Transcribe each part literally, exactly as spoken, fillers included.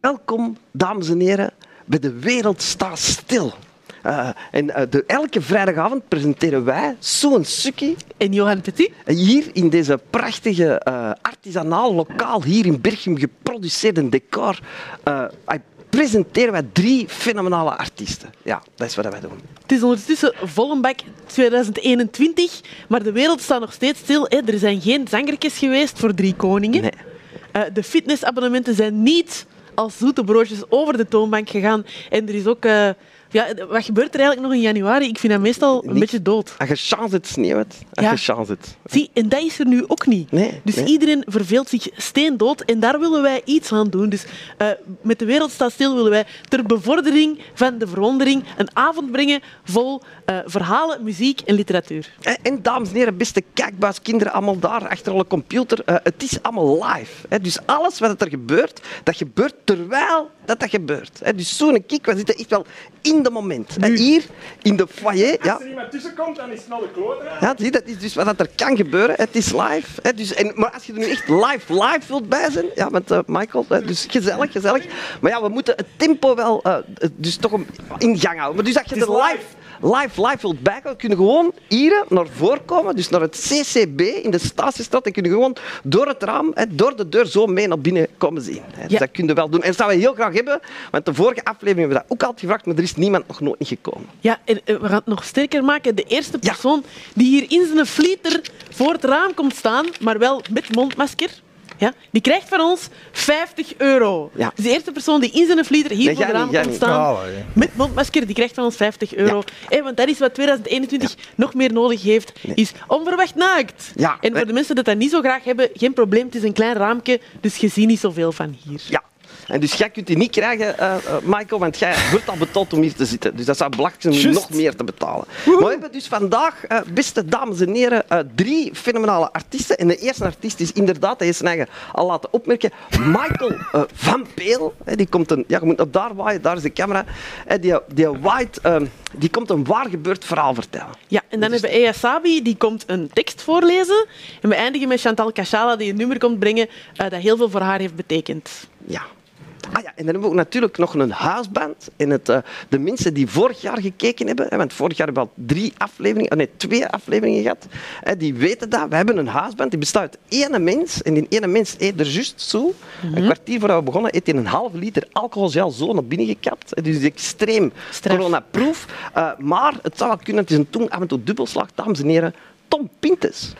Welkom, dames en heren, bij De Wereld Staat Stil. Uh, en uh, de, elke vrijdagavond presenteren wij Sue Suki en Johan Petit hier in deze prachtige, uh, artisanaal lokaal hier in Berchem geproduceerde decor. Uh, presenteren wij drie fenomenale artiesten. Ja, dat is wat wij doen. Het is ondertussen volle bak tweeduizend eenentwintig, maar de wereld staat nog steeds stil. Hè. Er zijn geen zangertjes geweest voor Drie Koningen. Nee. Uh, de fitnessabonnementen zijn niet als zoete broodjes over de toonbank gegaan. En er is ook... Uh, ja, wat gebeurt er eigenlijk nog in januari? Ik vind dat meestal een Niks. beetje dood. Als je chance het sneeuwt, als Ja. je chance het. Zie, en dat is er nu ook niet. Nee, dus nee. iedereen verveelt zich steendood en daar willen wij iets aan doen. Dus uh, met De Wereld Staat Stil willen wij ter bevordering van de verwondering een avond brengen vol uh, verhalen, muziek en literatuur. En, en dames en heren, beste kijkbuiskinderen, allemaal daar achter alle computer. Uh, het is allemaal live. Hè. Dus alles wat er gebeurt, dat gebeurt terwijl dat dat gebeurt. Hè. Dus zo'n kick, we zitten echt wel in de moment. Hè. Hier in de foyer. Ja. Als er iemand tussen komt, dan is het snel de klote. Ja, zie, dat is dus wat er kan gebeuren. Het is live. Hè. Dus, en, maar als je er nu echt live, live wilt bij zijn, ja, met uh, Michael, hè, dus gezellig, gezellig. Maar ja, we moeten het tempo wel uh, dus toch in gang houden. Maar dus als je er live... live, live wilt bijkomen, kun je gewoon hier naar voren komen, dus naar het C C B in de Statiestraat, en kun je gewoon door het raam, door de deur zo mee naar binnen komen zien. Dus ja. Dat kun je wel doen. En dat zouden we heel graag hebben, want de vorige aflevering hebben we dat ook altijd gevraagd, maar er is niemand nog nooit niet gekomen. Ja, en we gaan het nog sterker maken. De eerste persoon ja. die hier in zijn flieter voor het raam komt staan, maar wel met mondmasker, ja, die krijgt van ons vijftig euro. Ja. Dus de eerste persoon die in zijn flieter hier nee, voor het raam niet, komt staan, oh, ja. met mondmasker, die krijgt van ons vijftig euro. Ja. Eh, want dat is wat tweeduizend eenentwintig ja. nog meer nodig heeft, nee. is onverwacht naakt. Ja. En voor de mensen die dat niet zo graag hebben, geen probleem, het is een klein raampje, dus je ziet niet zoveel van hier. Ja. En dus jij kunt die niet krijgen, uh, uh, Michael, want jij wordt al betaald om hier te zitten. Dus dat zou belachelijk zijn om Just. nog meer te betalen. Maar we hebben dus vandaag, uh, beste dames en heren, uh, drie fenomenale artiesten. En de eerste artiest is inderdaad, hij heeft zijn eigen al laten opmerken, Michael uh, van Peel. He, die komt een, ja, je moet op daar waaien, daar is de camera. He, die, die, waait, uh, die komt een waar gebeurd verhaal vertellen. Ja, en dan dus hebben we Eya Sabi, die komt een tekst voorlezen. En we eindigen met Chantal Kachala, die een nummer komt brengen uh, dat heel veel voor haar heeft betekend. Ja. Ah ja, en dan hebben we ook natuurlijk nog een huisband. En het, uh, de mensen die vorig jaar gekeken hebben, hè, want vorig jaar hebben we al drie afleveringen, nee, twee afleveringen gehad, hè, die weten dat. We hebben een huisband, die bestaat uit één mens. En die ene mens eet er juist zo. Mm-hmm. Een kwartier voordat we begonnen, eet hij een halve liter alcoholgel zo naar binnen gekapt. Hè, dus extreem coronaproof. Uh, maar het zou wel kunnen, het is een tong af en toe dubbelslag. Dames en heren, Tom Pintes.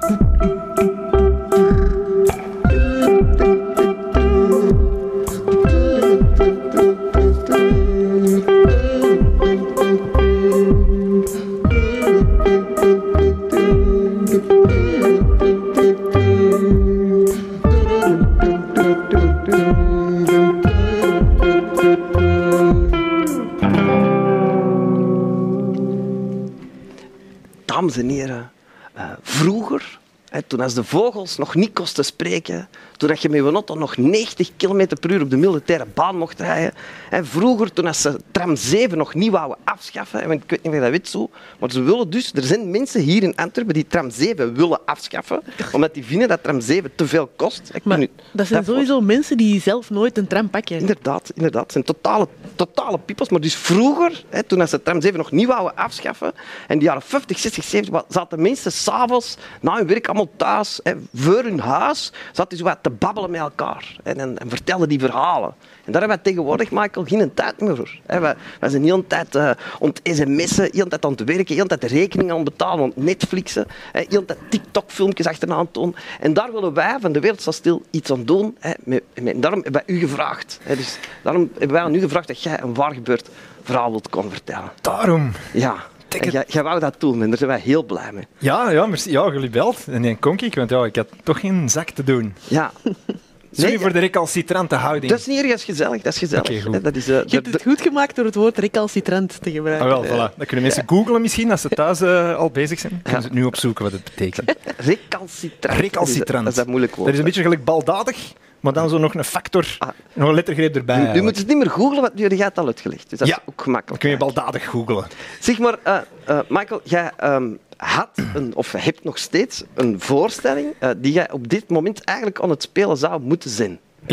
Dames en heren, uh, vroeger, hè, toen als de vogels nog niet kosten spreken, toen je met je auto nog negentig kilometer per uur op de militaire baan mocht rijden, hè, vroeger, toen als ze tram zeven nog niet wouden afschaffen, hè, ik weet niet of je dat weet zo, maar ze willen dus, er zijn mensen hier in Antwerpen die tram zeven willen afschaffen, omdat die vinden dat tram zeven te veel kost. Ik maar nu, dat zijn dat sowieso mensen die zelf nooit een tram pakken. Inderdaad, inderdaad. Het zijn totale, totale piepels. Maar dus vroeger, hè, toen ze tram zeven nog niet wouden afschaffen, in de jaren vijftig, zestig, zeventig, zaten mensen s'avonds na hun werk allemaal thuis, hè, voor hun huis, zaten ze wat te babbelen met elkaar hè, en, en vertelden die verhalen. En daar hebben we tegenwoordig, Michael, geen tijd meer voor. Hè. Wij, wij zijn de hele tijd uh, aan het sms'en, de hele tijd aan het werken, de hele tijd de rekeningen aan het betalen, aan het Netflixen, hè, de hele tijd TikTok-filmpjes achterna doen. En daar willen wij van De Wereld Staat Stil iets aan doen. Hè, met, met, daarom hebben wij u gevraagd. Hè, dus daarom hebben wij aan u gevraagd dat jij een waar gebeurd verhaal wilt komen vertellen. Daarom. Ja. En jij, jij wou dat doen en daar zijn wij heel blij mee. Ja, ja, merci. Ja, jullie belt. En dan kom ik, want ja, ik had toch geen zak te doen. Ja. Sorry Nee, voor de recalcitrante houding. dat is niet erg, dat is gezellig. Dat is gezellig. Oké, goed. Hè, dat is, uh, Je hebt het goed gemaakt door het woord recalcitrant te gebruiken. Ah, wel, voilà. Dan kunnen mensen googlen misschien, als ze thuis uh, al bezig zijn. Dan kunnen ze het nu opzoeken wat het betekent. Recalcitrant. Recalcitrant. Dat is dat moeilijk woord. Dat is een beetje gelijk baldadig, maar dan zo nog een factor, Ah. nog een lettergreep erbij. Nu, nu moet je het niet meer googlen, want jullie gaat het al uitgelegd. Dus dat Ja. is ook Dan gemakkelijk. kun je baldadig googlen. Zeg maar, uh, uh, Michael, jij um, had een, of hebt nog steeds een voorstelling uh, die jij op dit moment eigenlijk aan het spelen zou moeten zijn. Ja,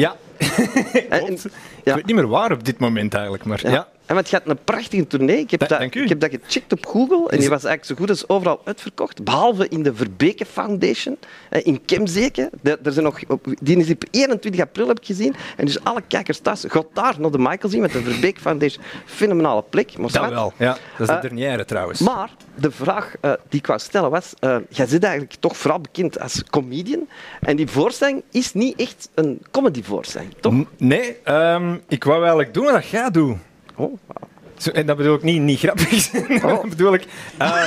En- Klopt. ja. Ik weet niet meer waar op dit moment eigenlijk, maar ja. Ja. En het gaat een prachtige tournee. Ik heb, Da- dat, dank u. ik heb dat gecheckt op Google en die was eigenlijk zo goed als overal uitverkocht. Behalve in de Verbeke Foundation eh, in Kemzeke. De, er zijn nog, op- die is op eenentwintig april heb ik gezien. En dus alle kijkers thuis, gaat daar naar de Michael zien met de Verbeke Foundation. Fenomenale plek. Maar Dat zwart. wel. Ja, dat is de Eh, dernière trouwens. Maar de vraag eh, die ik wou stellen was, eh, jij zit eigenlijk toch vooral bekend als comedian. En die voorstelling is niet echt een comedyvoorstelling, toch? N- Nee, ehm, ik wou eigenlijk doen wat jij doet. Oh, Zo, en dat bedoel ik niet, niet grappig. Oh. Dat bedoel ik... eh,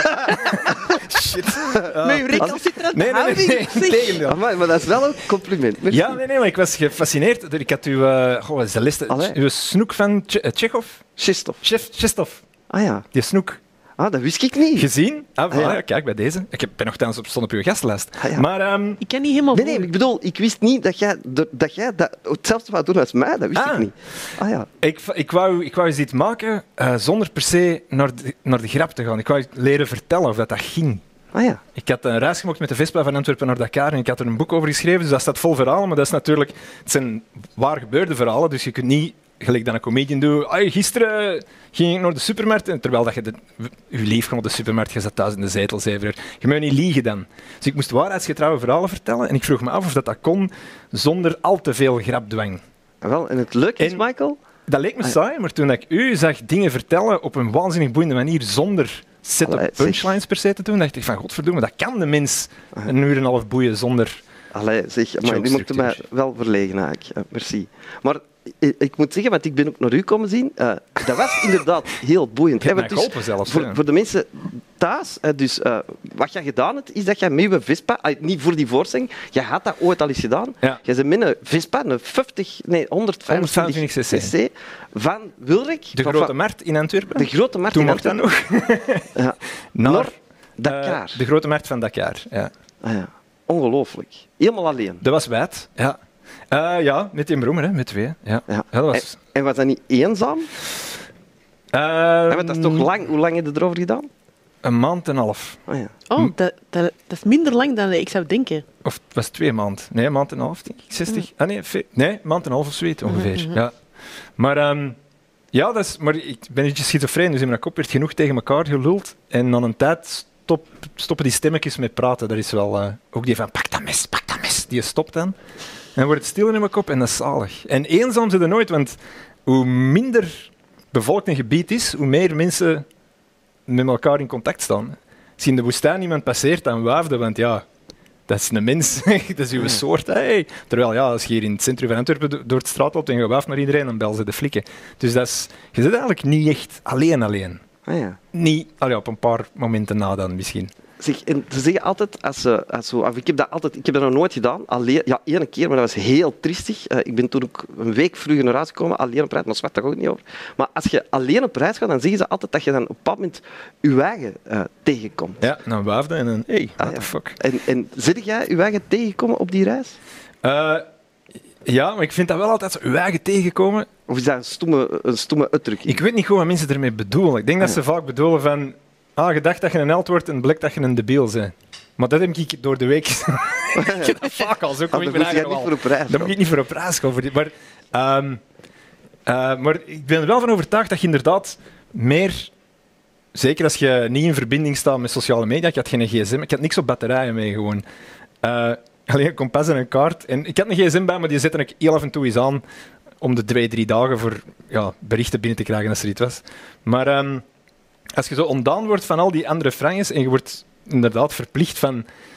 shit. Met uw recalcitrante Nee, nee, nee. houding, nee, zeg. tegendeel. amai, maar dat is wel een compliment. Merci. Ja, nee, nee, maar ik was gefascineerd. Ik had uw, eh goh, wat is de liste? Allee. Uw snoek van Tche- eh, Tsjechov? Christophe. Chef Chestov. Ah ja, Die snoek. ah, dat wist ik niet. Gezien? Ah, voilà, ja. ja, kijk, bij deze. Ik heb- ben nogthans op, stond op uw gastlijst. Ah, ja. Maar... ehm, Ik kan niet helemaal Nee, nee, volgen. ik bedoel, ik wist niet dat jij, dat, jij dat, hetzelfde wou doen als mij. Dat wist Ah. ik niet. Ah ja. Ik, ik, wou, ik wou eens iets maken eh, zonder per se naar de, naar de grap te gaan. Ik wou leren vertellen of dat, dat ging. Ah ja. Ik had een reis gemaakt met de Vespa van Antwerpen naar Dakar en ik had er een boek over geschreven, dus dat staat vol verhalen, maar dat is natuurlijk... Het zijn waar gebeurde verhalen, dus je kunt niet, gelijk dan een comedian doet, "Ai, gisteren ging ik naar de supermarkt, en terwijl dat je, de, je lief gaat naar de supermarkt, je zat thuis in de zetel, zeven uur. Je moet niet liegen dan. Dus ik moest waarheidsgetrouwe verhalen vertellen en ik vroeg me af of dat, dat kon zonder al te veel grapdwang. Ah, wel, en het leuke is, En- Michael... Dat leek me saai, maar toen ik u zag dingen vertellen op een waanzinnig boeiende manier, zonder set-up Allee, zeg. punchlines per se te doen, dacht ik van, godverdomme, dat kan de mens een uur en een half boeien zonder... Allee, zeg, maar die maakte mij Jokestructuur. wel verlegen eigenlijk. Eh, merci. Maar ik, ik moet zeggen, want ik ben ook naar u komen zien, eh, dat was inderdaad heel boeiend. Je hebt hè, mij want dus geholpen zelfs, Voor, ja. voor de mensen thuis, eh, dus eh, wat je gedaan hebt, is dat je met je Vespa, ah, niet voor die voorstelling, je had dat ooit al eens gedaan, Ja. je bent met een Vespa, een vijftig, nee, honderdvijfentwintig honderdvijfentwintig cc. van Wilrijk, De van- grote van- markt in Antwerpen. de grote markt Toen in mocht dat Antwerpen. nog. Ja. Naar Naar eh, Dakar. de grote markt van Dakar. Ja. Ah, ja. Ongelooflijk. Helemaal alleen. Dat was wijd. Ja. Eh, ja, met die broemer, hè, met twee. Ja. Ja. Ja, dat was... En, en was dat niet eenzaam? Eh, Ja, want dat is toch lang? Hoe lang heb je erover gedaan? Een maand en een half. Ah, ja. Oh, dat, dat, dat is minder lang dan ik zou denken. Of het was twee maanden. Nee, een maand en een half, denk ik. zestig. Ah, nee, ve- nee, een maand en een half of zoiets ongeveer. Ja. Maar, ehm, ja, dat is, maar ik ben een beetje schizofreen, dus in mijn kop werd genoeg tegen elkaar geluld. En na een tijd stop, stoppen die stemmetjes met praten. Dat is wel... eh, ook die van, pak dat mes, pak dat mes. Die stopt dan. En dan wordt het stil in mijn kop en dat is zalig. En eenzaam zijn er nooit, want hoe minder bevolkt een gebied is, hoe meer mensen met elkaar in contact staan. Als je in de woestijn iemand passeert, dan wuifde, want ja, dat is een mens, dat is uw soort. Hey. Terwijl ja, als je hier in het centrum van Antwerpen do- door het straat loopt en je wuift naar iedereen, dan bel ze de flikken. Dus dat is, je zit eigenlijk niet echt alleen alleen. Ah, ja. Niet, allee, op een paar momenten na dan misschien. Zeg, en ze zeggen altijd, als ze, als zo, of ik, heb dat altijd, ik heb dat nog nooit gedaan, alleen, ja, één keer, maar dat was heel triestig. Uh, ik ben toen ook een week vroeger naar huis gekomen, alleen op reis, maar zwart daar ook niet over. Maar als je alleen op reis gaat, dan zeggen ze altijd dat je dan op een bepaald moment je eigen uh, tegenkomt. Ja, en dan wuifde en dan, hey, what Ah, the ja. fuck. En, en zit jij je eigen tegengekomen op die reis? Uh, ja, maar ik vind dat wel altijd zo, je eigen tegenkomen. Of is dat een stomme, een stomme uitdrukking? Ik weet niet goed wat mensen ermee bedoelen. Ik denk dat ze vaak bedoelen van, ah, je dacht dat je een held wordt en blijkt dat je een debiel bent. Maar dat heb ik door de week... ik heb dat vaak al, zo kom Ah, ik daar mijn moet je eigen niet wel. voor op reis Daar moet gaan. ik niet voor op reis gaan. Voor die, maar, ehm, uh, maar ik ben er wel van overtuigd dat je inderdaad meer... Zeker als je niet in verbinding staat met sociale media. Ik had geen gsm, ik had niks op batterijen mee gewoon. Uh, alleen een kompas en een kaart. En ik had een gsm bij, maar die zette ik heel af en toe eens aan om de twee, drie dagen voor ja, berichten binnen te krijgen als er iets was. Maar um, als je zo ontdaan wordt van al die andere franjes en je wordt inderdaad verplicht van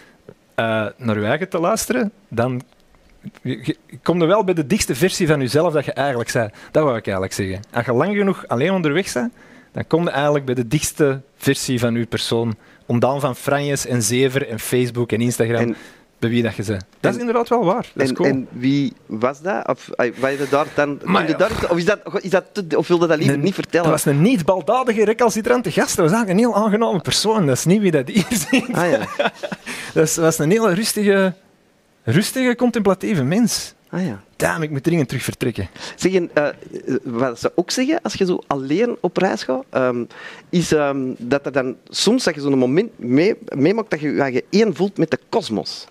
uh, naar je eigen te luisteren, dan je, je kom je wel bij de dichtste versie van jezelf dat je eigenlijk zei. Dat wou ik eigenlijk zeggen. Als je lang genoeg alleen onderweg bent, dan kom je eigenlijk bij de dichtste versie van je persoon, ontdaan van franjes en zever en Facebook en Instagram. En, bij wie dat je bent. Dat is en, inderdaad wel waar. Dat is en, cool. en wie was dat? Of, ay, was je daar dan, Maar kun je daar, of, is dat, is dat te, of wilde dat liever Een- niet vertellen? Dat was een niet baldadige, recalcitrante gast. Dat was eigenlijk een heel aangename persoon. Dat is niet wie dat hier ziet. Ah, ja. Dat was- was een hele rustige, rustige, contemplatieve mens. Ah, ja. Damn, ik moet dringend terug vertrekken. Zeg, en, uh, wat ze ook zeggen, als je zo alleen op reis gaat, um, is um, dat er dan soms dat je zo'n moment mee, meemaakt dat je je één voelt met de kosmos.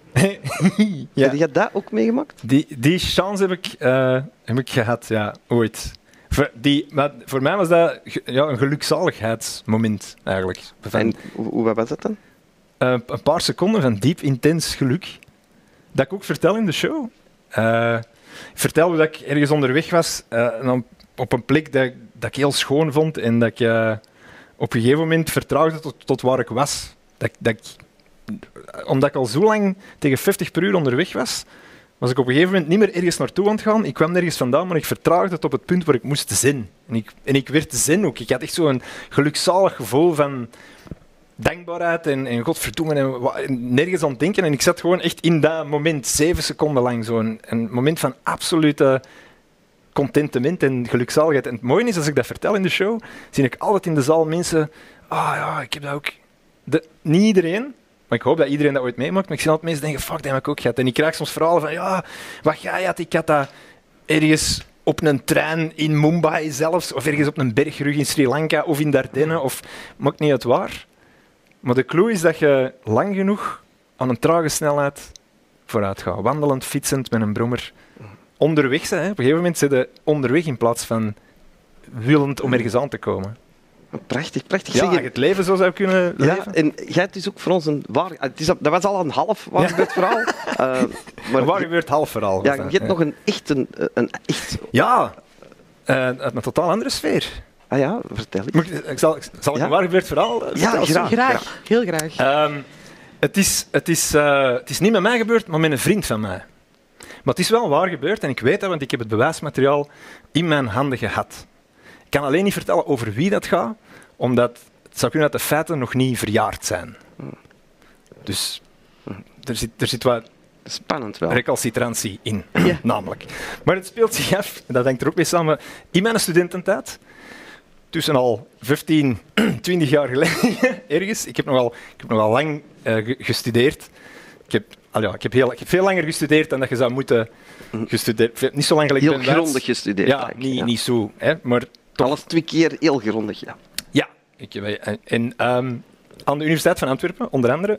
Ja. Heb je dat ook meegemaakt? Die, die chance heb ik, uh, heb ik gehad, ja, ooit. Voor, die, maar voor mij was dat ja, een gelukzaligheidsmoment, eigenlijk. Van, En hoe, hoe was dat dan? uh, een paar seconden van diep, intens geluk. Dat ik ook vertel in de show. Uh, ik vertel hoe dat ik ergens onderweg was, uh, en dan op een plek dat, dat ik heel schoon vond en dat ik uh, op een gegeven moment vertraagde tot, tot waar ik was. Dat, dat ik, omdat ik al zo lang tegen vijftig per uur onderweg was, was ik op een gegeven moment niet meer ergens naartoe aan het gaan. Ik kwam nergens vandaan, maar ik vertraagde tot op het punt waar ik moest zijn. En ik, en ik werd zen ook. Ik had echt zo'n gelukzalig gevoel van dankbaarheid en, en godverdomme en, en nergens aan het denken. En ik zat gewoon echt in dat moment, zeven seconden lang, zo'n een moment van absolute contentement en gelukzaligheid. En het mooie is, als ik dat vertel in de show, zie ik altijd in de zaal mensen, ah ja, ik heb dat ook. De, niet iedereen, maar ik hoop dat iedereen dat ooit meemaakt, maar ik zie altijd mensen denken, fuck, dat heb ik ook gehad. En ik krijg soms verhalen van, ja, wat jij had, ik had dat ergens op een trein in Mumbai zelfs, of ergens op een bergrug in Sri Lanka, of in Dardenne, of maakt niet uit waar. Maar de clue is dat je lang genoeg aan een trage snelheid vooruit gaat. Wandelend, fietsend, met een brommer. Onderweg zijn, hè. Op een gegeven moment zit je onderweg in plaats van willend om ergens aan te komen. Prachtig, prachtig. Ja, zeg, je het leven zo zou kunnen ja, leven. en jij hebt dus ook voor ons een waar... Het is, dat was al een half waar gebeurd verhaal. Uh, maar waar gebeurt half verhaal? Ja, je hebt ja. nog een echt... Een, een echt... Ja, uh, uit een totaal andere sfeer. Ah ja, vertel ik. Moet ik, ik zal zal ik ja? een waar gebeurd verhaal uh, Ja, graag. graag. graag. Heel graag. Um, het, is, het, is, uh, het is niet met mij gebeurd, maar met een vriend van mij. Maar het is wel waar gebeurd en ik weet dat, want ik heb het bewijsmateriaal in mijn handen gehad. Ik kan alleen niet vertellen over wie dat gaat, omdat het zou kunnen dat de feiten nog niet verjaard zijn. Dus er zit, er zit wat spannend wel. recalcitrantie in, ja. namelijk. Maar het speelt zich af, en dat hangt er ook mee samen, in mijn studententijd. Tussen al vijftien, twintig jaar geleden, ergens. Ik heb nogal, ik heb nogal lang uh, gestudeerd. Ik heb, al ja, ik, heb heel, ik heb veel langer gestudeerd dan dat je zou moeten gestudeerd. Niet zo lang geleden. Heel grondig gestudeerd. Ja, niet, ja. niet zo. Hè, maar toch. Alles twee keer heel grondig, ja. Ja. Ik, en, en, um, aan de Universiteit van Antwerpen, onder andere.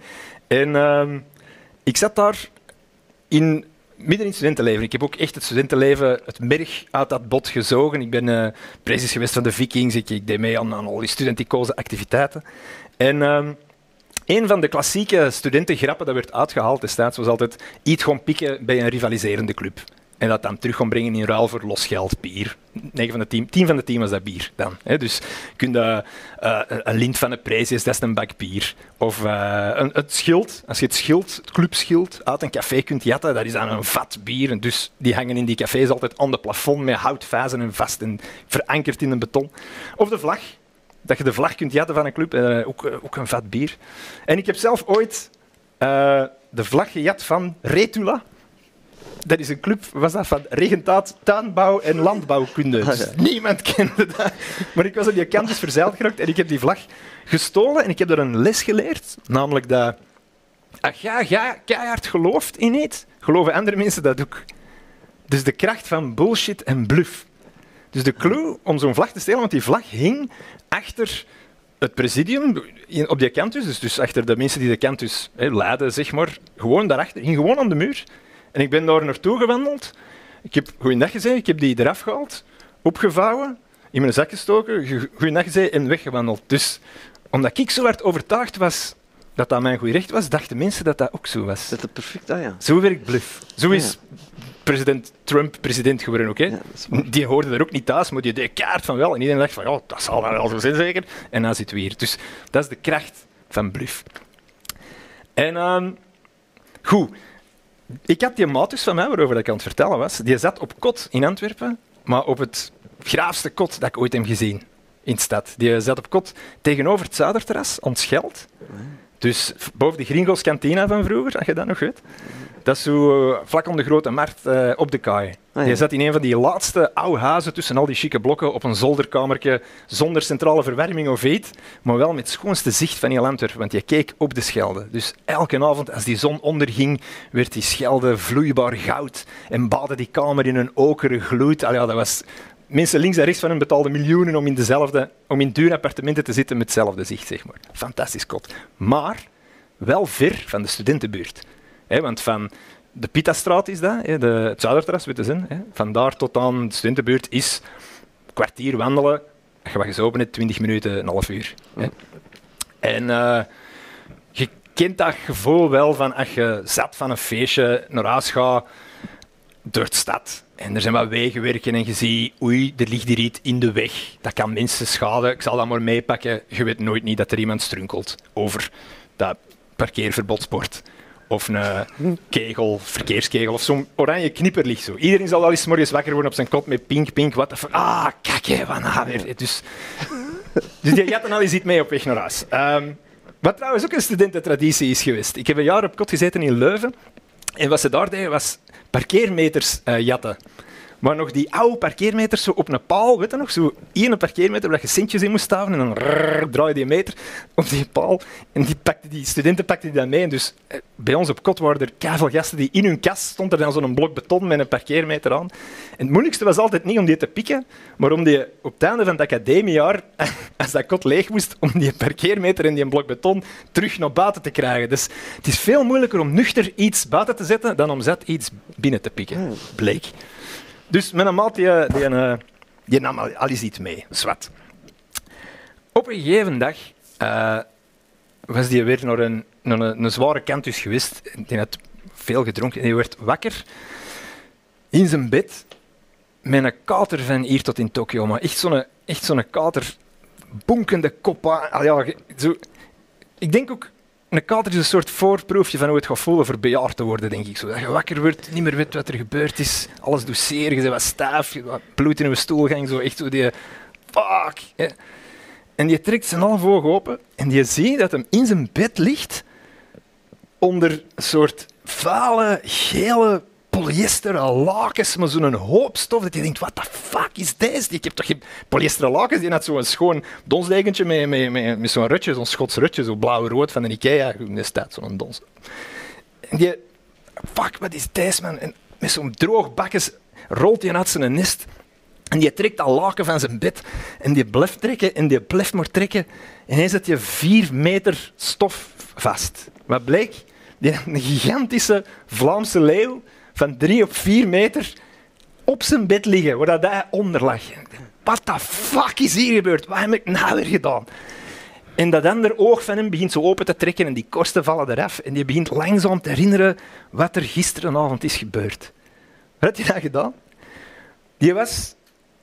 en um, ik zat daar in... midden in het studentenleven. Ik heb ook echt het studentenleven, het merg uit dat bot gezogen. Ik ben uh, prezes geweest van de Vikings. Ik, ik deed mee aan, aan al die studenticoze activiteiten. En um, een van de klassieke studentengrappen dat werd uitgehaald destijds was altijd iets gaan pikken bij een rivaliserende club. En dat dan terug gaan brengen in ruil voor losgeld, bier. negen van de tien, tien van de tien was dat bier dan. Hè. Dus kun je uh, een lint van de prezes, dat is een bak bier. Of uh, een, het schild, als je het schild, het clubschild, uit een café kunt jatten, dat is dan een vat bier. En dus die hangen in die cafés altijd aan de plafond met houtvazen en vast en verankerd in een beton. Of de vlag, dat je de vlag kunt jatten van een club, uh, ook, uh, ook een vat bier. En ik heb zelf ooit uh, de vlag gejat van Retula. Dat is een club, was dat van regentaat, tuinbouw en landbouwkunde. Dus niemand kende dat. Maar ik was op die campus verzeild geraakt en ik heb die vlag gestolen en ik heb daar een les geleerd. Namelijk dat, als jij keihard gelooft in iets, geloven andere mensen dat ook. Dus de kracht van bullshit en bluff. Dus de clue om zo'n vlag te stelen, want die vlag hing achter het presidium op die campus, dus, dus achter de mensen die de campus hè, leiden, zeg maar, gewoon daarachter, hing gewoon aan de muur. En ik ben daar naartoe gewandeld. Ik heb goeiedag gezegd, ik heb die eraf gehaald, opgevouwen, in mijn zak gestoken, goeiedag gezegd en weggewandeld. Dus omdat ik zo hard overtuigd was dat dat mijn goed recht was, dachten mensen dat dat ook zo was. Dat is perfect, ah, ja. Zo werkt bluff. Zo is ja. president Trump president geworden ook. Hè. Ja, die hoorde er ook niet thuis, maar die deed kaart van wel. En iedereen dacht van, ja, dat zal wel zo zijn zeker. En dan zitten we hier. Dus dat is de kracht van bluff. En um, goed. Ik had die maat dus van mij, waarover ik aan het vertellen was, die zat op kot in Antwerpen, maar op het graafste kot dat ik ooit heb gezien in de stad. Die zat op kot tegenover het Zuiderterras, aan het Scheld. Dus boven de Gringos Cantina van vroeger, als je dat nog weet. Dat is zo uh, vlak om de Grote Markt uh, op de kaai. Ah, ja. Je zat in een van die laatste oude huizen tussen al die chique blokken op een zolderkamertje zonder centrale verwarming of iets, maar wel met het schoonste zicht van heel Antwerpen, want je keek op de Schelde. Dus elke avond als die zon onderging, werd die Schelde vloeibaar goud en baadde die kamer in een okere gloed. Allee, ja, dat was... Mensen links en rechts van hen betaalden miljoenen om in, dezelfde, om in dure appartementen te zitten met hetzelfde zicht, zeg maar. Fantastisch kot. Maar wel ver van de studentenbuurt. He, want van de Pitastraat is dat, he, de, het Zuiderterras, weet je zin. He. Van daar tot aan de studentenbuurt is een kwartier wandelen. Als je wat gezopen hebt, twintig minuten, een half uur. He. En uh, je kent dat gevoel wel van als je zat van een feestje naar huis gaat door de stad. En er zijn wat wegenwerken en je ziet, oei, er ligt hier iets in de weg. Dat kan mensen schaden. Ik zal dat maar meepakken. Je weet nooit niet dat er iemand strunkelt over dat parkeerverbodsbord. Of een kegel, verkeerskegel, of zo'n oranje knipperlicht. Zo. Iedereen zal wel eens 's morgens wakker worden op zijn kot met pink, pink, wat de fuck. Ah, kijk, hé, wat nou weer. Dus, dus die had dan al eens iets mee op weg naar huis. Um, wat trouwens ook een studententraditie is geweest. Ik heb een jaar op kot gezeten in Leuven. En wat ze daar deden was parkeermeters uh, jatten. Maar nog die oude parkeermeters zo op een paal, weet je nog? Zo één parkeermeter waar je centjes in moest staven en dan rrr, draai je die meter op die paal. En die, pakte, die studenten pakten die dat mee. En dus eh, bij ons op kot waren er keiveel gasten die in hun kast stond er dan zo'n blok beton met een parkeermeter aan. En het moeilijkste was altijd niet om die te pikken, maar om die op het einde van het academiejaar, als dat kot leeg moest, om die parkeermeter en die blok beton terug naar buiten te krijgen. Dus het is veel moeilijker om nuchter iets buiten te zetten dan om zat iets binnen te pikken, bleek. Dus mijn maat die, die, die, die nam al eens iets mee, zwart. Op een gegeven dag uh, was die weer naar een, naar een, een zware kantus geweest. Die had veel gedronken en die werd wakker in zijn bed met een kater van hier tot in Tokio. Maar echt zo'n, echt zo'n kater, bonkende kop aan. Ja, zo. Ik denk ook, een kater is een soort voorproefje van hoe het gaat voelen voor bejaard te worden, denk ik. Zo, dat je wakker wordt, niet meer weet wat er gebeurd is, alles doet zeer, je bent wat stijf, wat bloed in je stoelgang, zo echt zo die... Fuck! Ja. En die trekt zijn half oog open en je ziet dat hem in zijn bed ligt onder een soort vuile, gele polyester lakens met zo'n hoop stof dat je denkt, what the fuck is deze? Ik heb toch geen polyester lakens? Die had zo'n schoon donsdekentje met, met, met, met zo'n rutje, zo'n Schots rutje, zo blauw-rood van de Ikea. In de stad, zo'n dons. En die, fuck, wat is deze, man? En met zo'n droog bakjes rolt hij uit zijn nest en die trekt dat laken van zijn bed en die blijft trekken en die blijft maar trekken en hij zet je vier meter stof vast. Wat bleek? Die een gigantische Vlaamse leeuw van drie op vier meter op zijn bed liggen, waar hij onder lag. What the fuck is hier gebeurd? Wat heb ik nou weer gedaan? En dat andere oog van hem begint zo open te trekken en die korsten vallen eraf. En die begint langzaam te herinneren wat er gisterenavond is gebeurd. Wat had hij dan gedaan? Die was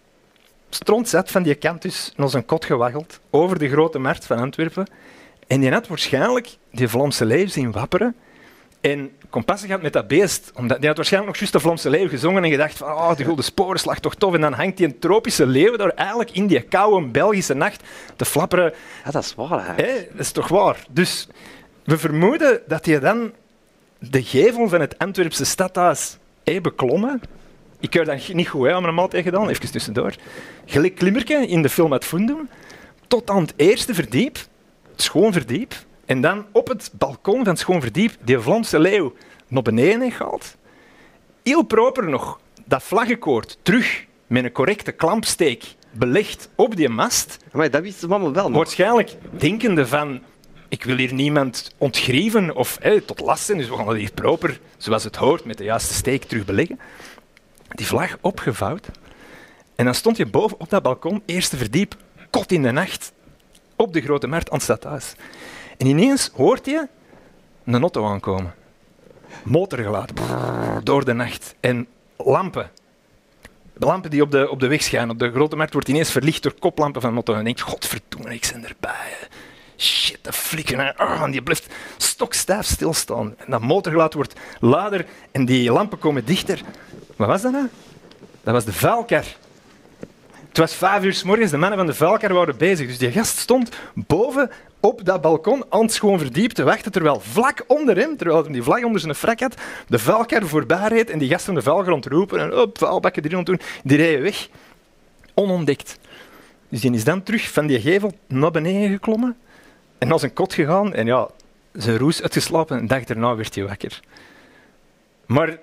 strontzat van die kant dus naar zijn kot gewaggeld, over de Grote Markt van Antwerpen. En die had waarschijnlijk die Vlaamse leeuw zien wapperen en kompas gehad met dat beest. Omdat, die had waarschijnlijk nog juist de Vlaamse leeuw gezongen en gedacht van oh, de Gulden Sporenslag, toch tof. En dan hangt die een tropische leeuw daar eigenlijk in die koude Belgische nacht te flapperen. Ja, dat is waar, hè. Hey, dat is toch waar? Dus we vermoeden dat hij dan de gevel van het Antwerpse stadhuis heeft beklommen. Ik heb dat niet goed, hè, aan mijn maat tegen gedaan, even tussendoor. Gelijk klimmerke in de film Het Fundum, tot aan het eerste verdiep, het schoonverdiep. En dan op het balkon van het schoonverdiep die Vlaamse leeuw naar beneden gehaald. Heel proper nog, dat vlaggenkoord terug met een correcte klampsteek belegd op die mast. Maar dat wisten ze allemaal wel nog. Waarschijnlijk denkende van, ik wil hier niemand ontgrieven of hey, tot last zijn, dus we gaan dat hier proper, zoals het hoort, met de juiste steek terug beleggen. Die vlag opgevouwd. En dan stond je boven op dat balkon, eerste verdiep, kot in de nacht, op de Grote Markt aan het stadhuis. En ineens hoort je een auto aankomen. Motorgeluid, brrr, door de nacht. En lampen. De lampen die op de, op de weg schijnen. Op de Grote Markt wordt ineens verlicht door koplampen van een auto. En je denkt, godverdomme, ik ben erbij. Shit, dat flikkeren. Oh, en die blijft stokstijf stilstaan. En dat motorgeluid wordt luider en die lampen komen dichter. Wat was dat nou? Dat was de vuilkar. Het was vijf uur 's morgens, de mannen van de vuilkar waren bezig. Dus die gast stond boven op dat balkon, Ants gewoon verdiept te wachten, terwijl vlak onder hem, terwijl hij die vlag onder zijn frak had, de vuilkar voorbij reed en die gasten de vuilgrond roepen en op, vuilbakken erin doen, die reden weg. Onontdekt. Dus die is dan terug van die gevel naar beneden geklommen en naar zijn kot gegaan en ja, zijn roes uitgeslapen en een dag daarna werd hij wakker. Maar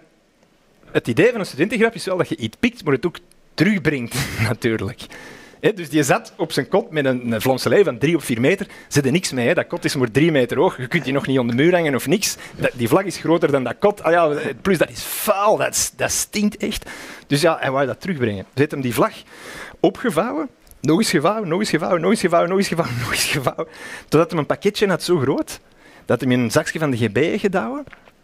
het idee van een studentengrap is wel dat je iets pikt, maar het ook terugbrengt, natuurlijk. He, dus die zat op zijn kot met een, een Vlaamse leeuw van drie op vier meter. Zit er niks mee. He. Dat kot is maar drie meter hoog. Je kunt die nog niet aan de muur hangen of niks. Dat, die vlag is groter dan dat kot. Ah, ja, plus dat is vuil. Dat, dat stinkt echt. Dus ja, hij wou dat terugbrengen. Ze heeft hem die vlag opgevouwen. Nog eens gevouwen, nog eens gevouwen, nog eens gevouwen, nog eens gevouwen, nog eens gevouwen. Totdat hij een pakketje had zo groot, dat hij in een zakje van de G B heeft gedouwen.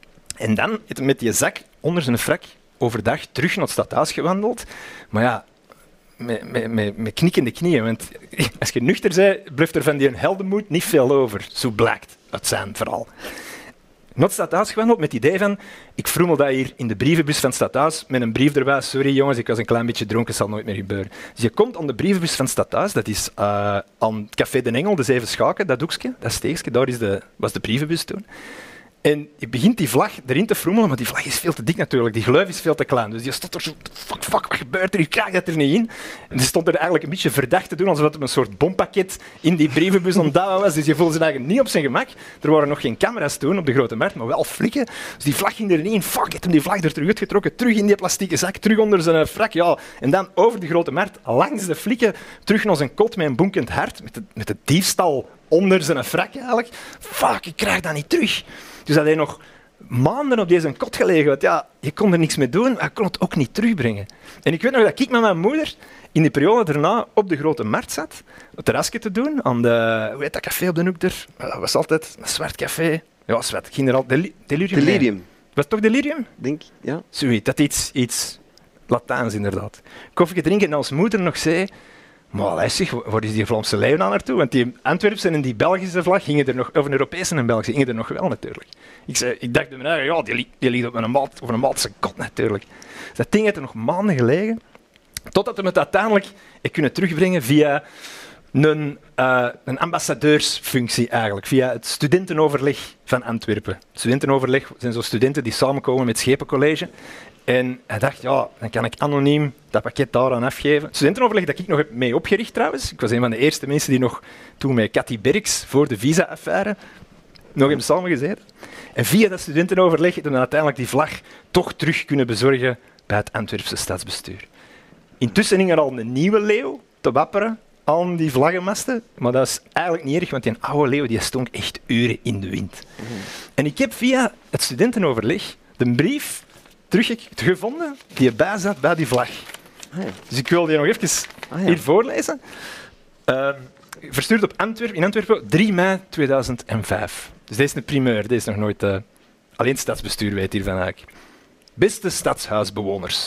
En dan heeft hij met die zak onder zijn frak overdag terug naar het stadhuis gewandeld. Maar ja, met, met, met, met knikkende knieën. Want als je nuchter bent, blijft er van die heldenmoed niet veel over. Zo blijkt uit zijn verhaal. Naar het stadhuis gewandeld met het idee van, ik vroemel dat hier in de brievenbus van het stadhuis met een brief erbij. Sorry jongens, ik was een klein beetje dronken, zal nooit meer gebeuren. Dus je komt aan de brievenbus van het stadhuis, dat is uh, aan het Café de Engel, de Zeven Schaken, dat doekje, dat steegje, daar is de, was de brievenbus toen. En je begint die vlag erin te froemelen, maar die vlag is veel te dik natuurlijk. Die gluif is veel te klein. Dus je stond er zo, fuck, fuck, wat gebeurt er? Je krijgt dat er niet in. En die stond er eigenlijk een beetje verdacht te doen, alsof het een soort bompakket in die brievenbus ontdouwen was. Dus je voelde zich eigenlijk niet op zijn gemak. Er waren nog geen camera's toen op de Grote Markt, maar wel flikken. Dus die vlag ging er niet in. Fuck, heeft hem die vlag er terug uitgetrokken. Terug in die plastieke zak, terug onder zijn frak. Ja. En dan over de Grote Markt, langs de flikken, terug naar zijn kot met een bonkend hart. Met de, met de diefstal onder zijn frak eigenlijk. Fuck, ik krijg dat niet terug. Dus dat hij nog maanden op deze kot gelegen. Want ja, je kon er niks mee doen, maar je kon het ook niet terugbrengen. En ik weet nog dat ik met mijn moeder in die periode daarna op de Grote Markt zat, het terrasje te doen, aan de, hoe heet dat café op de hoek er? Dat was altijd een zwart café. Ja, zwart. Ging er al, Deli- delirium? Delirium. Nee. Was het toch delirium? Denk, ja. Zoiets, dat iets, iets Latijns inderdaad. Koffie drinken en als moeder nog zei, maar luister, waar is die Vlaamse leeuw nou naartoe? Want die Antwerpse en die Belgische vlag gingen er nog, of een Europese en Belgische, gingen er nog wel natuurlijk. Ik, zei, ik dacht bij mij, ja, die, li- die ligt op een maat, of een maatse kot natuurlijk. Dus dat ding heeft er nog maanden gelegen, totdat we het uiteindelijk kunnen terugbrengen via een, uh, een ambassadeursfunctie eigenlijk, via het studentenoverleg van Antwerpen. Het studentenoverleg zijn zo studenten die samenkomen met het Schepencollege. En hij dacht, ja, dan kan ik anoniem dat pakket daaraan afgeven. Het studentenoverleg dat ik nog heb mee opgericht trouwens. Ik was een van de eerste mensen die nog toen met Cathy Berks voor de visa-affaire nog hebben samengezeten. En via dat studentenoverleg hebben we uiteindelijk die vlag toch terug kunnen bezorgen bij het Antwerpse stadsbestuur. Intussen hing er al een nieuwe leeuw te wapperen aan die vlaggenmasten. Maar dat is eigenlijk niet erg, want die oude leeuw die stonk echt uren in de wind. Mm. En ik heb via het studentenoverleg de brief teruggevonden die erbij zat bij die vlag. Ah, ja. Dus ik wil die nog even ah, ja. hier voorlezen. Uh, verstuurd op Antwerpen, in Antwerpen drie mei tweeduizend vijf. Dus deze is een primeur, deze is nog nooit... Uh, alleen het stadsbestuur weet hiervan eigenlijk. Beste stadshuisbewoners.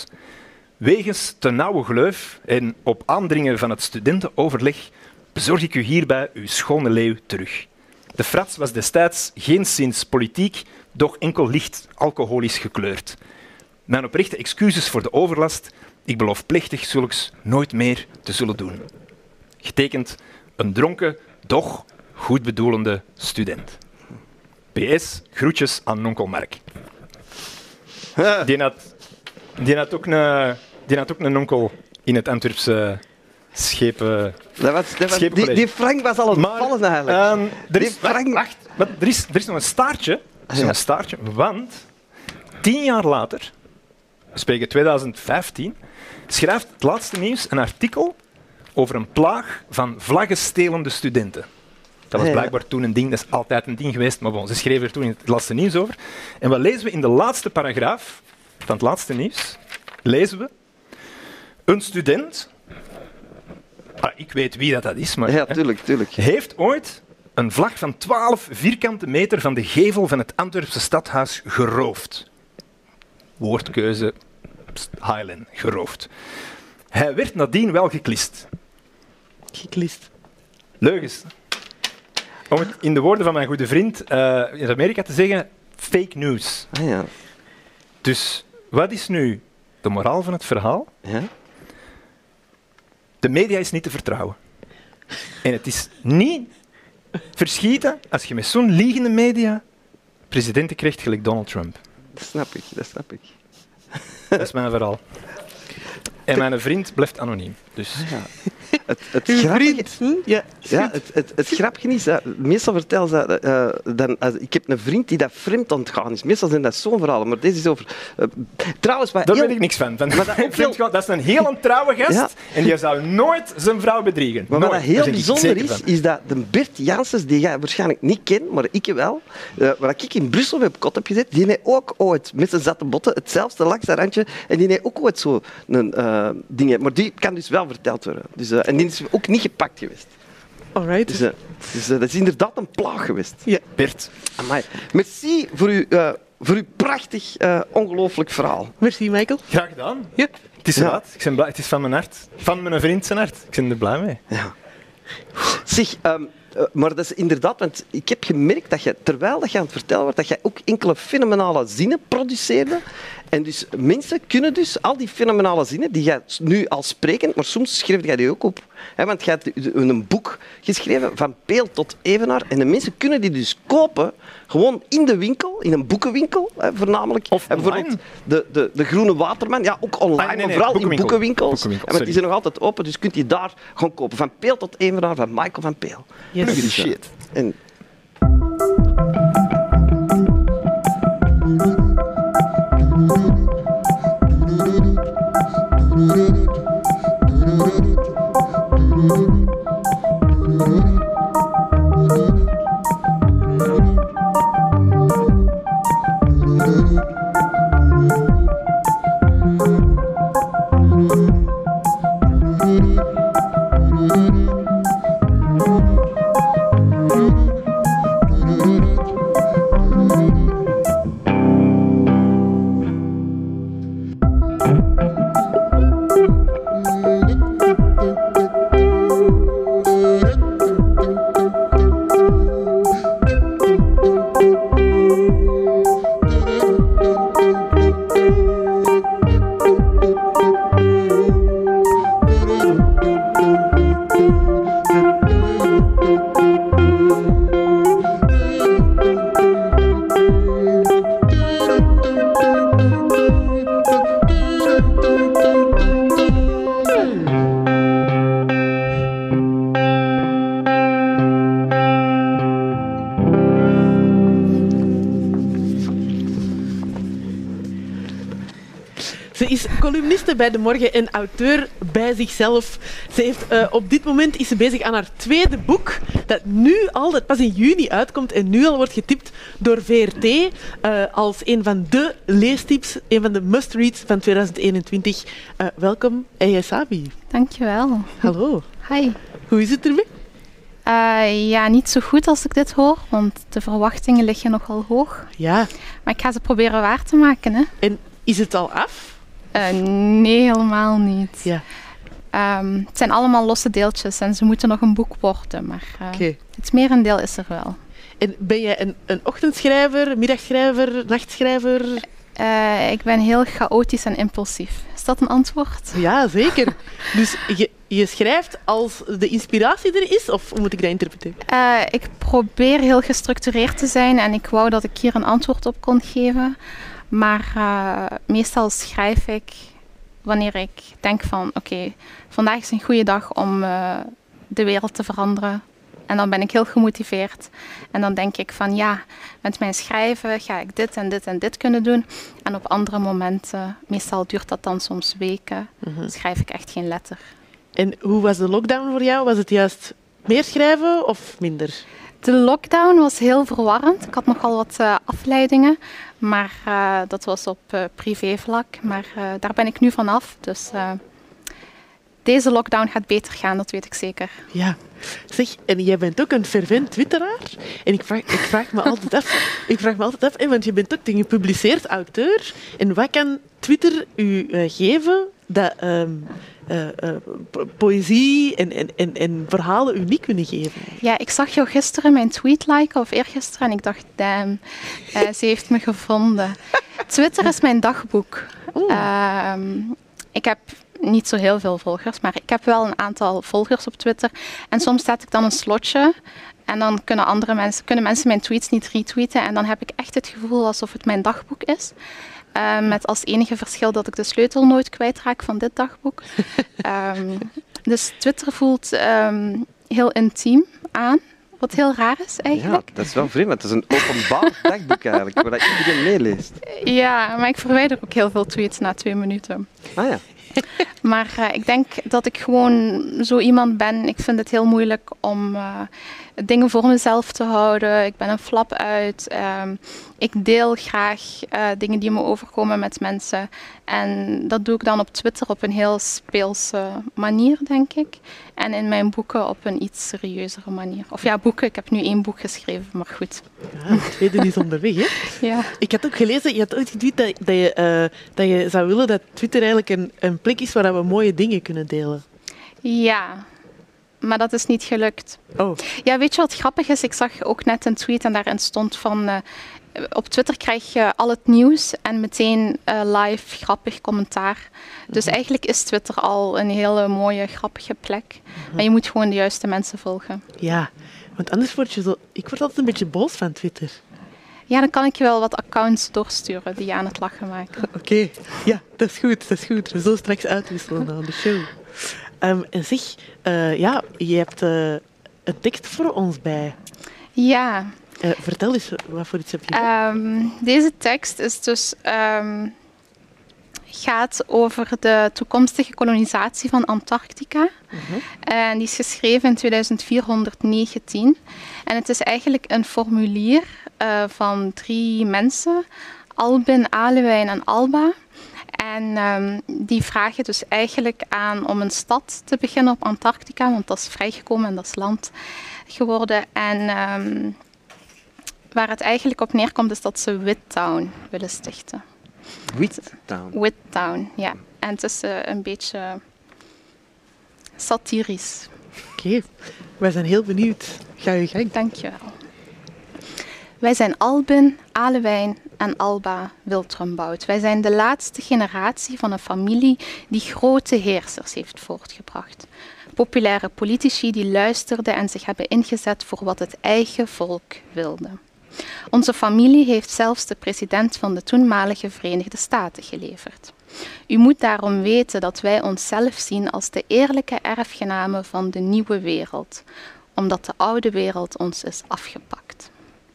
Wegens te nauwe gleuf en op aandringen van het studentenoverleg bezorg ik u hierbij uw schone leeuw terug. De frats was destijds geenszins politiek, doch enkel licht alcoholisch gekleurd. Mijn oprechte excuses voor de overlast. Ik beloof plechtig zulks nooit meer te zullen doen. Getekend een dronken, doch goedbedoelende student. P S. Groetjes aan onkel Mark. Die had, die had, ook, een, die had ook een onkel in het Antwerpse schepen... Dat was, dat was, die, die Frank was al het vallen eigenlijk. Um, er, is, Frank... wacht, wacht, er, is, er is nog een staartje. Er is nog een staartje, want tien jaar later... We spreken tweeduizend vijftien, schrijft het laatste nieuws een artikel over een plaag van vlaggenstelende studenten. Dat was blijkbaar toen een ding, dat is altijd een ding geweest, maar bon, ze schreven er toen in het laatste nieuws over. En wat lezen we in de laatste paragraaf van het laatste nieuws? Lezen we, een student, ah, ik weet wie dat, dat is, maar ja, tuurlijk, tuurlijk. heeft ooit een vlag van twaalf vierkante meter van de gevel van het Antwerpse stadhuis geroofd. Woordkeuze, Highland, geroofd. Hij werd nadien wel geklist. Geklist. Leugens. Om het in de woorden van mijn goede vriend uh, in Amerika te zeggen, fake news. Ah, ja. Dus wat is nu de moraal van het verhaal? Ja? De media is niet te vertrouwen. En het is niet verschieten als je met zo'n liegende media presidenten krijgt gelijk Donald Trump. Dat snap ik, dat snap ik. Dat is mijn verhaal. En mijn vriend blijft anoniem. Dus. Ja. Het, het Uw grappige, vriend. Hm? Ja, ja, het, het, het grappige is, dat, meestal vertellen ze, uh, dan, als, ik heb een vriend die dat vreemd ontgaan is. Meestal zijn dat zo'n verhalen, maar deze is over... Uh, trouwens, wat Daar heel, weet ik niks van. van Maar dat ook heel- dat is een heel trouwe gast Ja. en die zou nooit zijn vrouw bedriegen. Maar Nooit. wat Daar heel ben ik bijzonder zeker is, van. is dat de Bert Janssens, die jij waarschijnlijk niet kent, maar ik wel, uh, waar ik in Brussel op kot heb gezet, die heeft ook ooit met zijn zatte botten hetzelfde langs dat randje en die heeft ook ooit zo'n uh, ding. Maar die kan dus wel verteld worden. Dus, uh, en die is ook niet gepakt geweest. alright. Dus, uh, dus uh, dat is inderdaad een plaag geweest. Ja. Bert, Amai. Merci voor uw, uh, voor uw prachtig, uh, ongelooflijk verhaal. Merci, Michael. graag gedaan. Ja. Het is Ja. laat. Ik ben blij. Het is van mijn hart. Van mijn vriend zijn hart. Ik ben er blij mee. Ja. Zeg, um, uh, maar dat is inderdaad, want ik heb gemerkt dat je, terwijl dat je aan het vertellen wordt, dat jij ook enkele fenomenale zinnen produceerde. En dus mensen kunnen dus al die fenomenale zinnen, die jij nu al sprekend, maar soms schreef jij die ook op. Hè, want jij hebt een boek geschreven, van Peel tot Evenaar. En de mensen kunnen die dus kopen, gewoon in de winkel, in een boekenwinkel hè, voornamelijk. Of en bijvoorbeeld online. de, de, de Groene Waterman, ja, ook online, Ah, nee, nee, maar vooral in boekenwinkel. boekenwinkels. Boekenwinkel, En want die sorry. zijn nog altijd open, dus kunt je daar gewoon kopen. Van Peel tot Evenaar, van Michael van Peel. Yes. Pluggen die shit. En Ze is columniste bij De Morgen en auteur bij zichzelf. Ze heeft, uh, op dit moment is ze bezig aan haar tweede boek, dat nu al, dat pas in juni uitkomt en nu al wordt getipt door V R T uh, als een van de leestips, een van de must-reads van tweeduizend eenentwintig. Uh, welkom, Aya Sabi. Dankjewel. Hallo. Hi. Hoe is het ermee? Uh, ja, niet zo goed als ik dit hoor, want de verwachtingen liggen nogal hoog. Ja. Maar ik ga ze proberen waar te maken. Hè. En is het al af? Uh, nee, helemaal niet. Ja. Um, het zijn allemaal losse deeltjes en ze moeten nog een boek worden, maar uh, Okay. het merendeel is er wel. En ben jij een, een ochtendschrijver, middagschrijver, nachtschrijver? Uh, ik ben heel chaotisch en impulsief. Is dat een antwoord? Ja, zeker. Dus je, je schrijft als de inspiratie er is, of hoe moet ik dat interpreteren? Uh, ik probeer heel gestructureerd te zijn en ik wou dat ik hier een antwoord op kon geven. Maar uh, meestal schrijf ik wanneer ik denk van oké, okay, vandaag is een goede dag om uh, de wereld te veranderen. En dan ben ik heel gemotiveerd. En dan denk ik van ja, met mijn schrijven ga ik dit en dit en dit kunnen doen. En op andere momenten, meestal duurt dat dan soms weken, mm-hmm. schrijf ik echt geen letter. En hoe was de lockdown voor jou? Was het juist meer schrijven of minder? De lockdown was heel verwarrend. Ik had nogal wat uh, afleidingen, maar uh, dat was op uh, privévlak. Maar uh, daar ben ik nu vanaf. Dus uh, deze lockdown gaat beter gaan, dat weet ik zeker. Ja. Zeg, en jij bent ook een fervent twitteraar. En ik vraag, ik vraag me altijd af, ik vraag me altijd af, hè, want je bent ook een gepubliceerd auteur. En wat kan Twitter u uh, geven dat um, uh, uh, po- poëzie en, en, en, en verhalen u niet kunnen geven? Ja, ik zag jou gisteren mijn tweet liken, of eergisteren, en ik dacht, damn, uh, ze heeft me gevonden. Twitter is mijn dagboek. Uh, ik heb niet zo heel veel volgers, maar ik heb wel een aantal volgers op Twitter. En soms zet ik dan een slotje En dan kunnen, andere mensen, kunnen mensen mijn tweets niet retweeten. En dan heb ik echt het gevoel alsof het mijn dagboek is. Uh, met als enige verschil dat ik de sleutel nooit kwijtraak van dit dagboek. um, dus Twitter voelt um, heel intiem aan. Wat heel raar is eigenlijk. Ja, dat is wel vreemd. Het is een openbaar dagboek eigenlijk, waar iedereen meeleest. Ja, maar ik verwijder ook heel veel tweets na twee minuten. Ah ja. Maar uh, ik denk dat ik gewoon zo iemand ben. Ik vind het heel moeilijk om uh, dingen voor mezelf te houden. Ik ben een flap uit. Um, ik deel graag uh, dingen die me overkomen met mensen. En dat doe ik dan op Twitter op een heel speelse manier, denk ik. En in mijn boeken op een iets serieuzere manier. Of ja, boeken. Ik heb nu één boek geschreven, maar goed. Ja, het tweede is onderweg, hè? Ja. Ik had ook gelezen, je had ooit getweet dat, dat, je, uh, dat je zou willen dat Twitter eigenlijk een, een plek is waar we mooie dingen kunnen delen. Ja, maar dat is niet gelukt. Oh. Ja, weet je wat grappig is? Ik zag ook net een tweet en daarin stond van... Uh, op Twitter krijg je al het nieuws en meteen uh, live grappig commentaar. Dus uh-huh. eigenlijk is Twitter al een hele mooie, grappige plek. Uh-huh. Maar je moet gewoon de juiste mensen volgen. Ja, want anders word je zo... Ik word altijd een beetje boos van Twitter. Ja, dan kan ik je wel wat accounts doorsturen die je aan het lachen maken. Oké, okay. Ja, dat is goed, dat is goed. We zullen straks uitwisselen aan de show. Um, en zeg, uh, ja, je hebt uh, een tekst voor ons bij. Ja. Uh, vertel eens, wat voor iets heb je? Um, deze tekst is dus, um, gaat over de toekomstige kolonisatie van Antarctica. Uh-huh. En die is geschreven in tweeduizend vierhonderdnegentien. En het is eigenlijk een formulier uh, van drie mensen, Albin, Alewijn en Alba. En um, die vragen dus eigenlijk aan om een stad te beginnen op Antarctica, want dat is vrijgekomen en dat is land geworden. En um, waar het eigenlijk op neerkomt is dat ze Whittown willen stichten. Whittown? Whittown, ja. En het is uh, een beetje satirisch. Oké, okay. Wij zijn heel benieuwd. Ga je gang. Dank je wel. Wij zijn Albin, Alewijn en Alba Wiltrumbout. Wij zijn de laatste generatie van een familie die grote heersers heeft voortgebracht. Populaire politici die luisterden en zich hebben ingezet voor wat het eigen volk wilde. Onze familie heeft zelfs de president van de toenmalige Verenigde Staten geleverd. U moet daarom weten dat wij onszelf zien als de eerlijke erfgenamen van de nieuwe wereld, omdat de oude wereld ons is afgepakt.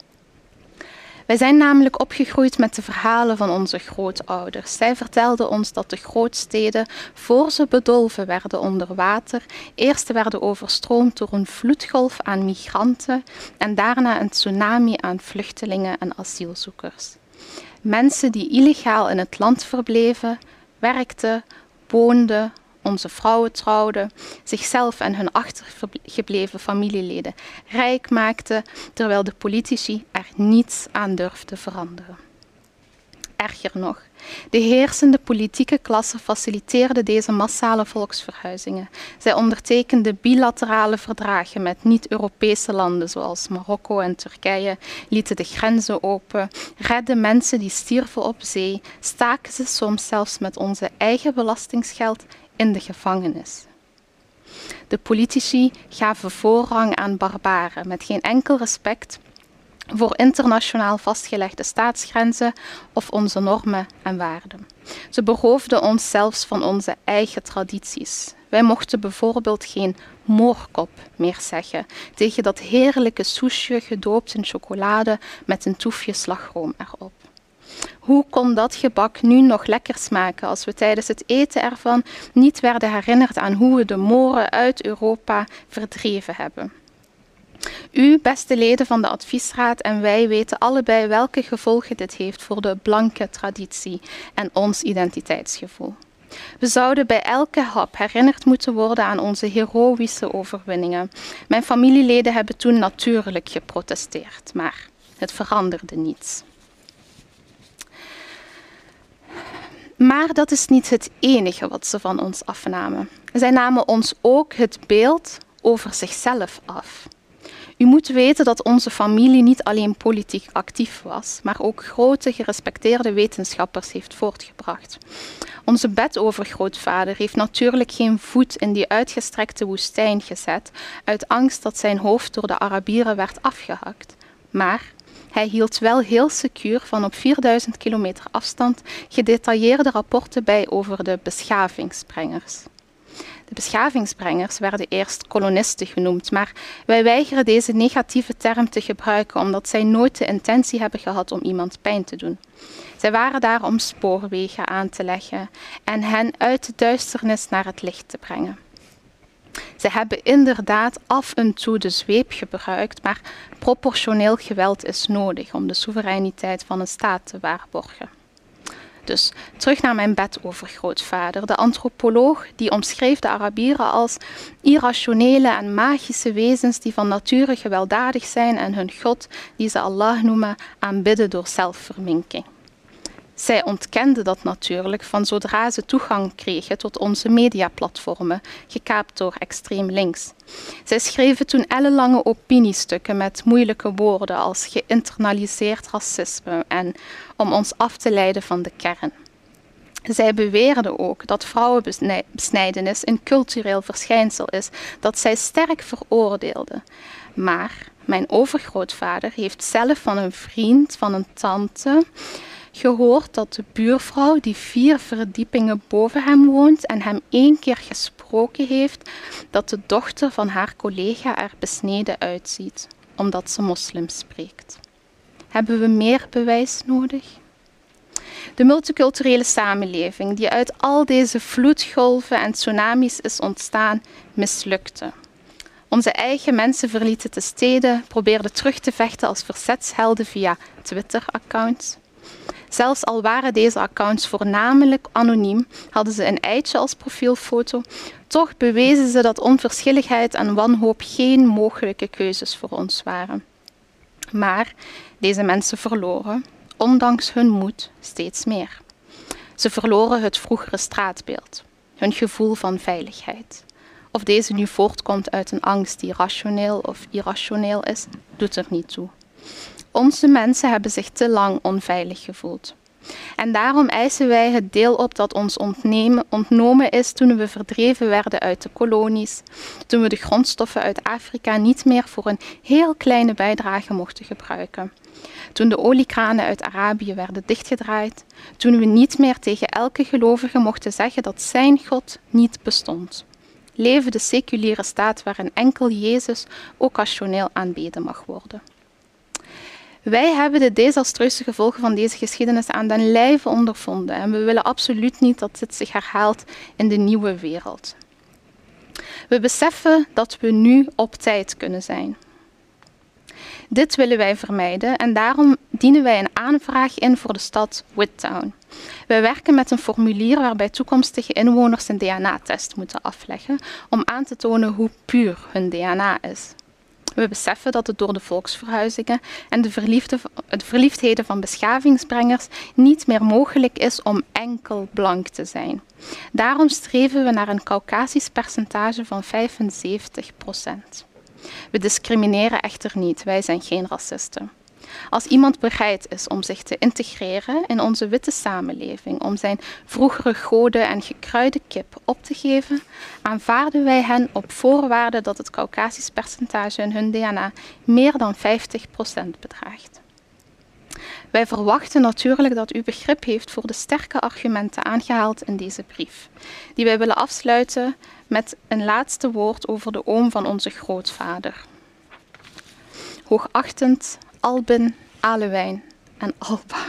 Wij zijn namelijk opgegroeid met de verhalen van onze grootouders. Zij vertelden ons dat de grootsteden, voor ze bedolven werden onder water, eerst werden overstroomd door een vloedgolf aan migranten en daarna een tsunami aan vluchtelingen en asielzoekers. Mensen die illegaal in het land verbleven, werkten, woonden, onze vrouwen trouwden, zichzelf en hun achtergebleven familieleden rijk maakten, terwijl de politici er niets aan durfden veranderen. Erger nog, de heersende politieke klasse faciliteerde deze massale volksverhuizingen. Zij ondertekenden bilaterale verdragen met niet-Europese landen zoals Marokko en Turkije, lieten de grenzen open, redden mensen die stierven op zee, staken ze soms zelfs met onze eigen belastingsgeld in de gevangenis. De politici gaven voorrang aan barbaren met geen enkel respect voor internationaal vastgelegde staatsgrenzen of onze normen en waarden. Ze beroofden ons zelfs van onze eigen tradities. Wij mochten bijvoorbeeld geen moorkop meer zeggen tegen dat heerlijke soesje gedoopt in chocolade met een toefje slagroom erop. Hoe kon dat gebak nu nog lekker smaken als we tijdens het eten ervan niet werden herinnerd aan hoe we de Moren uit Europa verdreven hebben? U, beste leden van de adviesraad, en wij weten allebei welke gevolgen dit heeft voor de blanke traditie en ons identiteitsgevoel. We zouden bij elke hap herinnerd moeten worden aan onze heroïsche overwinningen. Mijn familieleden hebben toen natuurlijk geprotesteerd, maar het veranderde niets. Maar dat is niet het enige wat ze van ons afnamen. Zij namen ons ook het beeld over zichzelf af. U moet weten dat onze familie niet alleen politiek actief was, maar ook grote gerespecteerde wetenschappers heeft voortgebracht. Onze bedovergrootvader heeft natuurlijk geen voet in die uitgestrekte woestijn gezet, uit angst dat zijn hoofd door de Arabieren werd afgehakt. Maar hij hield wel heel secuur van op vierduizend kilometer afstand gedetailleerde rapporten bij over de beschavingsbrengers. De beschavingsbrengers werden eerst kolonisten genoemd, maar wij weigeren deze negatieve term te gebruiken omdat zij nooit de intentie hebben gehad om iemand pijn te doen. Zij waren daar om spoorwegen aan te leggen en hen uit de duisternis naar het licht te brengen. Ze hebben inderdaad af en toe de zweep gebruikt, maar proportioneel geweld is nodig om de soevereiniteit van een staat te waarborgen. Dus terug naar mijn bedovergrootvader. De antropoloog die omschreef de Arabieren als irrationele en magische wezens die van nature gewelddadig zijn en hun god, die ze Allah noemen, aanbidden door zelfverminking. Zij ontkenden dat natuurlijk van zodra ze toegang kregen tot onze mediaplatformen, gekaapt door extreem links. Zij schreven toen ellenlange opiniestukken met moeilijke woorden als geïnternaliseerd racisme en om ons af te leiden van de kern. Zij beweerden ook dat vrouwenbesnijdenis een cultureel verschijnsel is dat zij sterk veroordeelden. Maar mijn overgrootvader heeft zelf van een vriend, van een tante, gehoord dat de buurvrouw die vier verdiepingen boven hem woont en hem één keer gesproken heeft dat de dochter van haar collega er besneden uitziet, omdat ze moslim spreekt. Hebben we meer bewijs nodig? De multiculturele samenleving die uit al deze vloedgolven en tsunamis is ontstaan, mislukte. Onze eigen mensen verlieten de steden, probeerden terug te vechten als verzetshelden via Twitter-accounts. Zelfs al waren deze accounts voornamelijk anoniem, hadden ze een eitje als profielfoto, toch bewezen ze dat onverschilligheid en wanhoop geen mogelijke keuzes voor ons waren. Maar deze mensen verloren, ondanks hun moed, steeds meer. Ze verloren het vroegere straatbeeld, hun gevoel van veiligheid. Of deze nu voortkomt uit een angst die rationeel of irrationeel is, doet er niet toe. Onze mensen hebben zich te lang onveilig gevoeld. En daarom eisen wij het deel op dat ons ontnemen, ontnomen is toen we verdreven werden uit de kolonies, toen we de grondstoffen uit Afrika niet meer voor een heel kleine bijdrage mochten gebruiken, toen de oliekranen uit Arabië werden dichtgedraaid, toen we niet meer tegen elke gelovige mochten zeggen dat zijn God niet bestond. Leven de seculiere staat waarin enkel Jezus occasioneel aanbeden mag worden. Wij hebben de desastreuze gevolgen van deze geschiedenis aan den lijve ondervonden en we willen absoluut niet dat dit zich herhaalt in de nieuwe wereld. We beseffen dat we nu op tijd kunnen zijn. Dit willen wij vermijden en daarom dienen wij een aanvraag in voor de stad Whittown. Wij werken met een formulier waarbij toekomstige inwoners een D N A-test moeten afleggen om aan te tonen hoe puur hun D N A is. We beseffen dat het door de volksverhuizingen en de, verliefde, de verliefdheden van beschavingsbrengers niet meer mogelijk is om enkel blank te zijn. Daarom streven we naar een Caucasisch percentage van vijfenzeventig procent. We discrimineren echter niet, wij zijn geen racisten. Als iemand bereid is om zich te integreren in onze witte samenleving, om zijn vroegere goden en gekruide kip op te geven, aanvaarden wij hen op voorwaarde dat het Caucasisch percentage in hun D N A meer dan vijftig procent bedraagt. Wij verwachten natuurlijk dat u begrip heeft voor de sterke argumenten aangehaald in deze brief, die wij willen afsluiten met een laatste woord over de oom van onze grootvader. Hoogachtend Albin, Alewijn en Alba.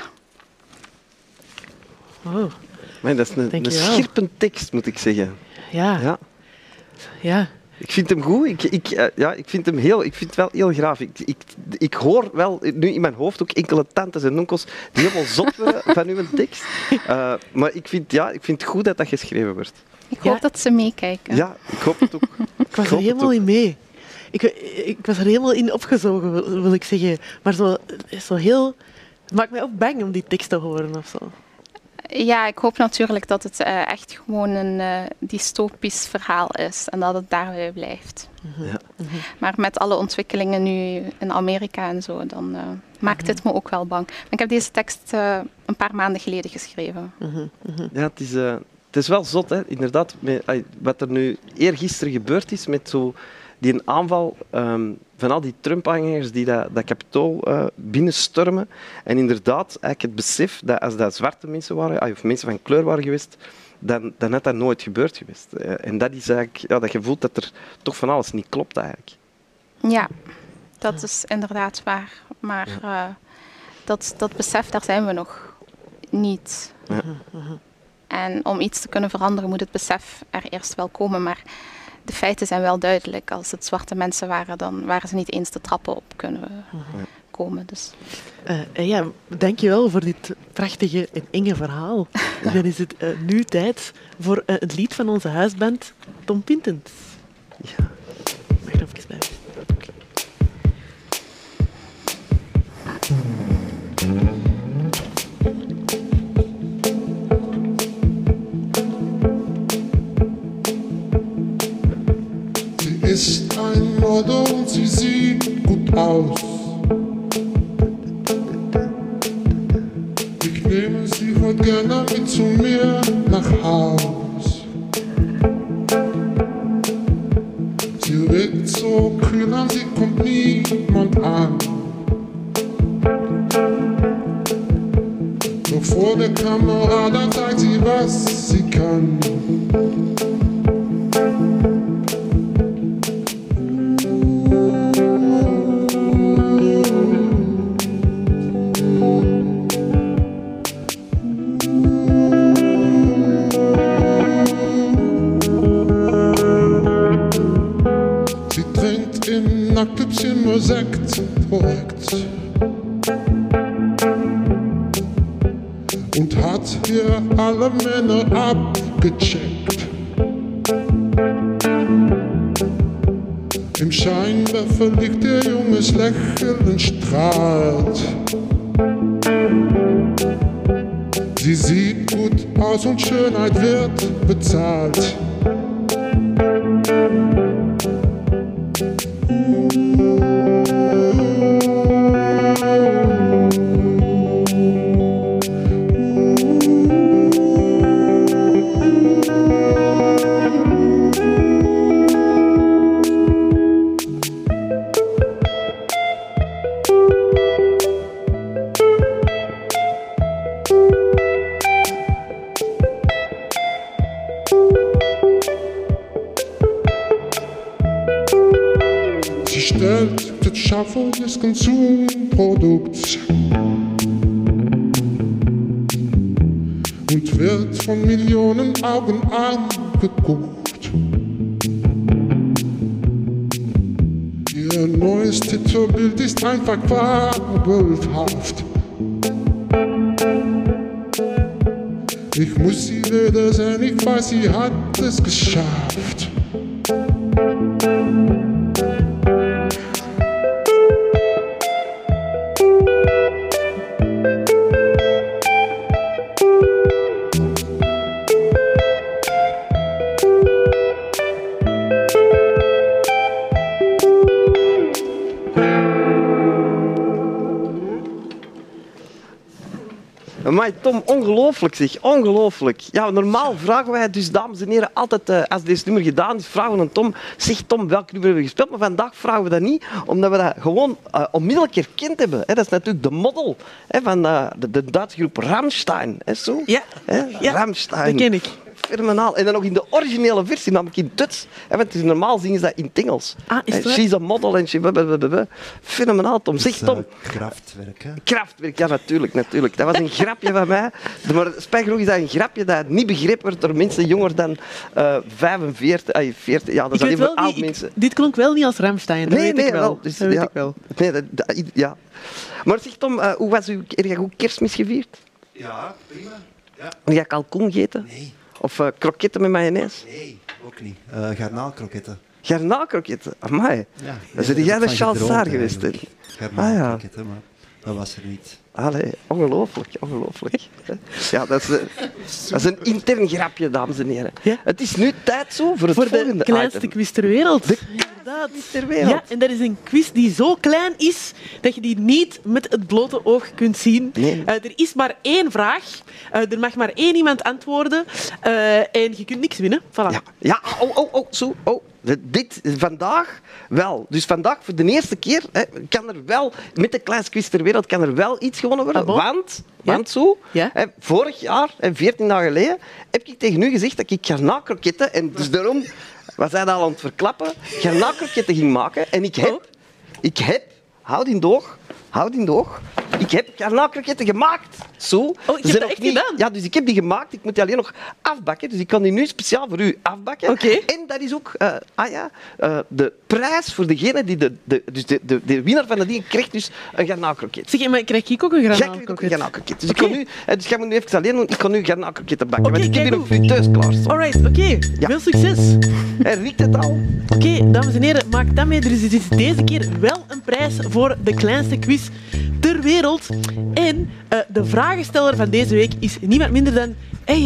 Wow. Maar dat is een, een scherpe tekst, moet ik zeggen. Ja. Ja. Ja. Ik vind hem goed. Ik, ik, uh, ja, ik vind hem heel, ik vind het wel heel graaf. Ik, ik, ik hoor wel nu in mijn hoofd ook enkele tantes en onkels die helemaal zot worden van uw tekst. Uh, maar ik vind, ja, ik vind het goed dat dat geschreven wordt. Ik hoop ja. dat ze meekijken. Ja, ik hoop het ook. Ik was er helemaal in mee. Ik, ik was er helemaal in opgezogen, wil, wil ik zeggen. Maar zo, zo heel... Het maakt mij ook bang om die tekst te horen of zo. Ja, ik hoop natuurlijk dat het uh, echt gewoon een uh, dystopisch verhaal is en dat het daarbij blijft. Ja. Mm-hmm. Maar met alle ontwikkelingen nu in Amerika en zo, dan uh, maakt dit me ook wel bang. Maar ik heb deze tekst uh, een paar maanden geleden geschreven. Mm-hmm. Mm-hmm. Ja, het is, uh, het is wel zot, hè? Inderdaad. Met, uh, wat er nu eergisteren gebeurd is met zo die aanval um, van al die Trump-aanhangers die dat, dat Capitool uh, binnenstormen. En inderdaad, eigenlijk het besef dat als dat zwarte mensen waren, of mensen van kleur waren geweest, dan, dan had dat nooit gebeurd geweest. Uh, en dat is eigenlijk, ja, dat je voelt dat er toch van alles niet klopt eigenlijk. Ja, dat is inderdaad waar. Maar uh, dat, dat besef, daar zijn we nog niet. Ja. En om iets te kunnen veranderen moet het besef er eerst wel komen. Maar de feiten zijn wel duidelijk. Als het zwarte mensen waren, dan waren ze niet eens de trappen op kunnen komen. Dus. Uh, ja, dank je wel voor dit prachtige en enge verhaal. Ja. Dan is het uh, nu tijd voor uh, het lied van onze huisband, Tom Pintens. Ja. Mag ik er even bij? Ist ein Model und sie sieht gut aus. Ich nehme sie heute gerne mit zu mir nach Haus. Sie wirkt so kühl an, sie kommt niemand an. Doch vor der Kamera, da zeigt sie, was sie kann. Immer Sekt korrekt und hat hier alle Männer abgecheckt. Im Scheinwerfer liegt ihr junges Lächeln strahlt. Sie sieht gut aus und Schönheit wird bezahlt. Schaffung des Konsumprodukts und wird von Millionen Augen angeguckt. Ihr neues Titelbild ist einfach fabelhaft. Ich muss sie wiedersehen, ich weiß, sie hat es geschafft. Maar Tom, ongelooflijk zeg, ongelooflijk. Ja, normaal vragen wij dus, dames en heren, altijd uh, als deze nummer gedaan is, vragen we aan Tom, zeg Tom, welk nummer hebben we gespeeld? Maar vandaag vragen we dat niet, omdat we dat gewoon uh, onmiddellijk herkend hebben. Hè, dat is natuurlijk de model hè, van uh, de, de Duitse groep Rammstein. Hè, zo? Ja, hè? ja, Rammstein. Dat ken ik. Fenomenaal. En dan nog in de originele versie, namelijk in Duits. Hè, want normaal zingen ze dat in het Engels. Ah, is dat? She's a model en she... Blablabla. Fenomenaal, Tom. Zeg, Tom. Uh, kraftwerk, hè? Kraftwerk, ja, natuurlijk, natuurlijk. Dat was een grapje van mij. Maar spijt genoeg is dat een grapje dat niet begrepen wordt door mensen jonger dan uh, vijfenveertig, ay, veertig. Ja, dat is alleen voor oud mensen. Ik, dit klonk wel niet als Rammstein, dat nee, weet nee, ik wel. wel. Dus, dat weet ja. ik wel. Nee, dat, dat, ja. Maar zeg, Tom, uh, hoe was uw erg goed kerstmis gevierd? Ja, prima. Ja. Heb jij kalkoen gegeten? Nee. Of uh, kroketten met mayonaise? Nee, ook niet. Uh, garnaalkroketten. Garnaalkroketten? Amai. Ja, Dan zit jij de van Charles gedroomd Saar geweest. eigenlijk. Garnaalkroketten, maar dat was er niet. Allee, ongelooflijk, ongelooflijk. Ja, dat is, uh, dat is een intern grapje, dames en heren. Ja? Het is nu tijd zo voor het Voor volgende de kleinste item. quiz ter wereld. Inderdaad. ter wereld. Ja, en dat is een quiz die zo klein is dat je die niet met het blote oog kunt zien. Nee. Uh, er is maar één vraag. Uh, er mag maar één iemand antwoorden. Uh, en je kunt niks winnen. Voilà. Ja, ja, oh, oh, oh, zo, oh. Dit, vandaag wel. Dus vandaag voor de eerste keer hè, kan er wel, met de kleinste quiz ter wereld, kan er wel iets gewonnen worden. Ah, bon? Want, Ja? want zo, Ja? hè, vorig jaar, hè, veertien dagen geleden, heb ik tegen u gezegd dat ik garnaalkroketten, en dus daarom, we zijn al aan het verklappen, garnaalkroketten ging maken. En ik heb, Oh. ik heb, houd in doog, houd in doog, ik heb garnaalkroketten gemaakt. Zo. Oh, je Ze hebt zijn dat nog echt niet- gedaan? Ja, dus ik heb die gemaakt. Ik moet die alleen nog afbakken. Dus ik kan die nu speciaal voor u afbakken. Oké. En dat is ook uh, ah ja, uh, de prijs voor degene die de, de, dus de, de, de winnaar van de ding krijgt dus een garnaalkroket. Zeg, maar krijg ik ook een Jij krijgt ook een garnaalkroket? garnaalkroket. Dus Oké. ik kan nu, uh, dus jij moet nu even alleen doen. Ik kan nu garnaalkroketten bakken. Oké, want ik heb kijk hier een hoe. fruiteus klaarstaan. Alright, oké. Ja. Veel succes. Hij riekt het al. Oké, dames en heren, maak dat mee. Er is dus deze keer wel een prijs voor de kleinste quiz ter wereld. En uh, de vragensteller van deze week is niemand minder dan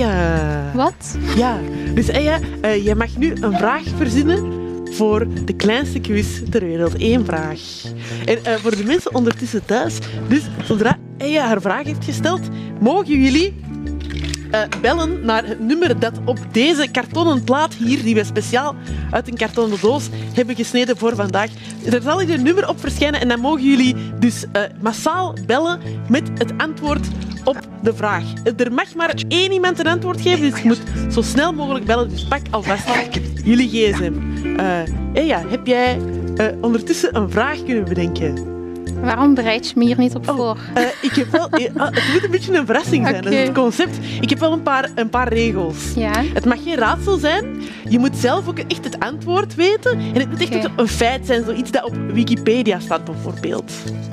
Eya. Wat? Ja, dus Eya, uh, jij mag nu een vraag verzinnen voor de kleinste quiz ter wereld. Eén vraag. En uh, voor de mensen ondertussen thuis, dus zodra Eya haar vraag heeft gesteld, mogen jullie Uh, bellen naar het nummer dat op deze kartonnen plaat hier, die we speciaal uit een kartonnen doos hebben gesneden voor vandaag. Er zal hier een nummer op verschijnen en dan mogen jullie dus uh, massaal bellen met het antwoord op de vraag. Er mag maar één iemand een antwoord geven, dus je moet zo snel mogelijk bellen. Dus pak alvast jullie gsm. Uh, hey ja, heb jij uh, ondertussen een vraag kunnen bedenken? Waarom bereid je me hier niet op voor? Oh, uh, ik heb wel, uh, het moet een beetje een verrassing zijn, dat is het Oké. concept. Ik heb wel een paar, een paar regels. Ja. Het mag geen raadsel zijn. Je moet zelf ook echt het antwoord weten. En het moet echt Oké. ook een feit zijn, zoiets dat op Wikipedia staat bijvoorbeeld.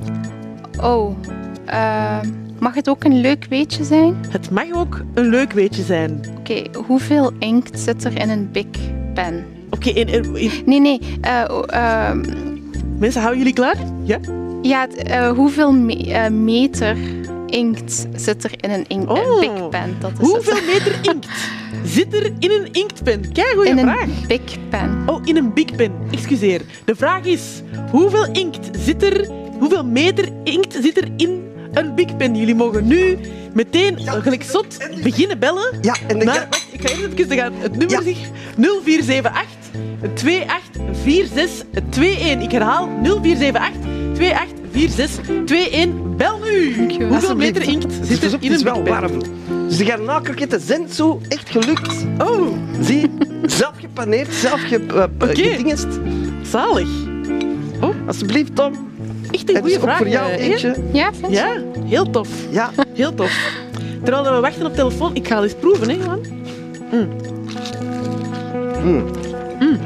Oh, uh, mag het ook een leuk weetje zijn? Het mag ook een leuk weetje zijn. Oké, hoeveel inkt zit er in een Big Pen? Oké, in, in, in- Nee, nee. Uh, uh, mensen, houden jullie klaar? Ja? ja, het, uh, hoeveel me- uh, meter inkt zit er in een ink- Oh. uh, Big Pen? Dat is Hoeveel het. meter inkt zit er in een inktpen? Kijk, goeie In vraag. een Big Pen. Oh, in een big pen. Excuseer. De vraag is, hoeveel inkt zit er, hoeveel meter inkt zit er in een big pen? Jullie mogen nu meteen, ja, gelijk zot, beginnen bellen. Ja, en de naar, gar- wacht, ik ga eerst even gaan. Het nummer Ja. zegt nul vier zeven acht twee acht vier zes twee een. Ik herhaal nul vier zeven acht twee acht vier zes twee een. Bel nu. Dankjewel. Hoeveel Alsjeblieft. meter inkt Dus zit pas er op, in het een is big wel pen? warm. Dus de garnaalkroketten zijn zo echt gelukt. Oh, Zie, zelf gepaneerd, zelf ge, uh, Oké. gedingest. zalig. Oh, Alsjeblieft, Tom. echt een En dus goede ook vraag. voor jou eh, eentje. Ja, vind je? Ja, heel tof. Ja. Heel tof. Terwijl we wachten op telefoon, ik ga het eens proeven, hè, Johan. Mm. Mm. Mm.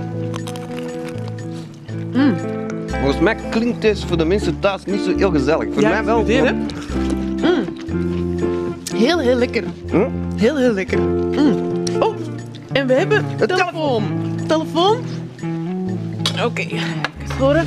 Mm. Volgens mij klinkt deze voor de mensen thuis niet zo heel gezellig. Voor Ja, mij wel. ik probeer, hè. Mm. Heel, heel lekker. Hm? Heel, heel lekker. Mm. Oh, en we hebben Een telefoon. Telefoon. Oké, even horen.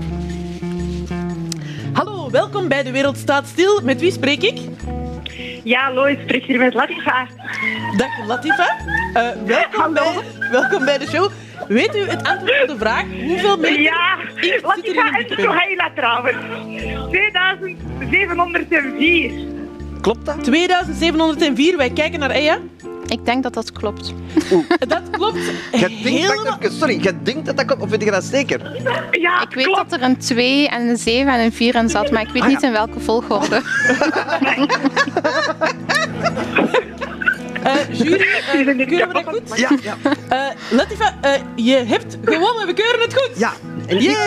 Hallo, welkom bij De Wereld Staat Stil. Met wie spreek ik? Ja, Lois, spreek hier met Latifa. Dag Latifa. Uh, welkom, bij, welkom bij de show. Weet u het antwoord op de vraag? Hoeveel meter Ja, inkt zit er in Latifa een en big de pen? Sohaila trouwens. tweeduizend zevenhonderdvier. Klopt dat? tweeduizend zevenhonderdvier, wij kijken naar Eya. Ik denk dat dat klopt. Dat klopt. Je denkt Helemaal... dat ik, sorry, je denkt dat dat klopt, of weet je dat zeker? Ja, Ik weet klopt. dat er een twee en een zeven en een vier in zat, maar ik weet Ah, ja. niet in welke volgorde. Uh, jury, uh, keuren we dat goed? Ja, ja. Uh, Latifa, uh, je hebt gewonnen. We keuren het goed. Ja. En hier,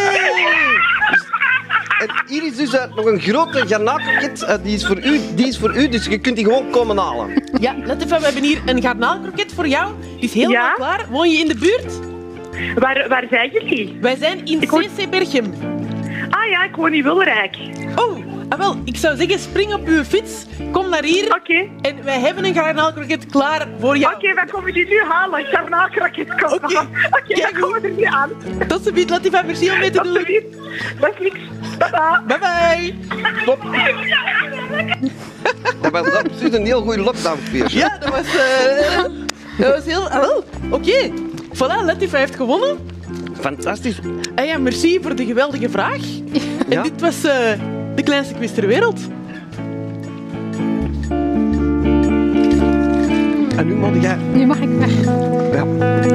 en hier is dus uh, nog een grote garnaalkroket. Uh, die is voor u, die is voor u, dus je kunt die gewoon komen halen. Ja, Latifa, we hebben hier een garnaalkroket voor jou. Die is helemaal Ja? klaar. Woon je in de buurt? Waar, waar zijn jullie? Wij zijn in Ik hoor- C C Berchem. Ah ja, ik woon in Wilrijk. Oh, ah, wel, ik zou zeggen, spring op uw fiets, kom naar hier Oké. en wij hebben een garnaalkroket klaar voor jou. Oké, wij komen die nu halen. Ik ga een krakjes komen Oké. halen. Oké, Kijk dan komen we er nu aan. Tot ziens, Latifa, merci om mee te doen. Alsjeblieft. Dat is niks. Tada. Bye bye. Bye. eigenlijk? Dat was dat precies een heel goede lockdown-feer. Ja, dat was, uh, dat was heel... Ah, wel. Oké. Okay. Voilà, Latifa heeft gewonnen. Fantastisch. En ja, merci voor de geweldige vraag. Ja. En dit was uh, de kleinste quiz ter wereld. En nu mag jij... Nu mag ik weg. Ja.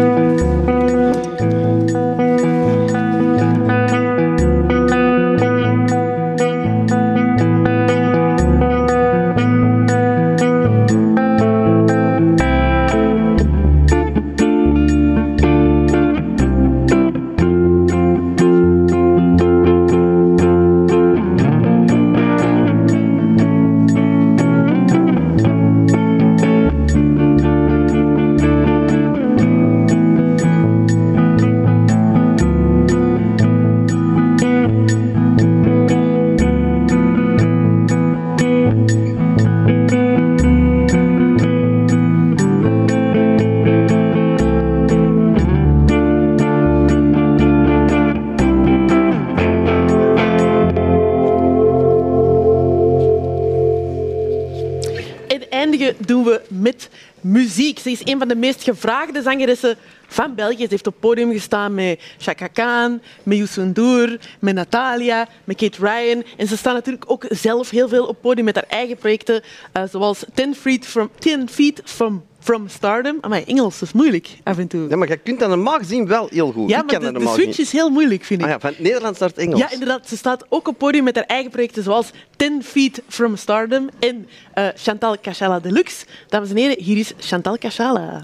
doen we met muziek. Ze is een van de meest gevraagde zangeressen van België. Ze heeft op het podium gestaan met Chaka Khan, met Youssou N'Dour, met Natalia, met Kate Ryan. En ze staat natuurlijk ook zelf heel veel op het podium met haar eigen projecten, uh, zoals Ten Feet from, Ten Feet from, from Stardom. Amai, Engels is moeilijk af en toe. Ja, maar je kunt dat normaal gezien wel heel goed. Ja, Ik maar kan de, dat de normaal switch gezien. is heel moeilijk, vind ik. Ah ja, van het Nederlands naar het Engels. Ja, inderdaad. Ze staat ook op het podium met haar eigen projecten, zoals Ten Feet from Stardom en uh, Chantal Cachala Deluxe. Dames en heren, hier is Chantal Cachala.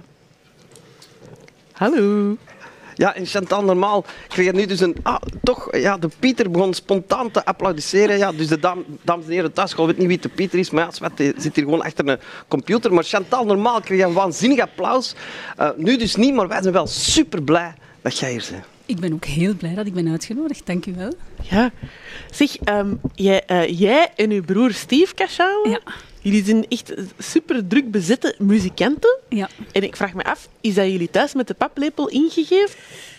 Hallo. Ja, en Chantal, normaal kreeg je nu dus een... Ah, toch, ja, de Pieter begon spontaan te applaudisseren. Ja, dus de dam, dames en heren thuis, ik weet niet wie de Pieter is, maar ja, Svet die zit hier gewoon achter een computer. Maar Chantal, normaal kreeg je een waanzinnig applaus. Uh, nu dus niet, maar wij zijn wel super blij dat jij hier bent. Ik ben ook heel blij dat ik ben uitgenodigd, dank u wel. Ja. Zeg, um, jij, uh, jij en uw broer Steve Cachala, ja. jullie zijn echt super druk bezette muzikanten. Ja. En ik vraag me af, is dat jullie thuis met de paplepel ingegeven?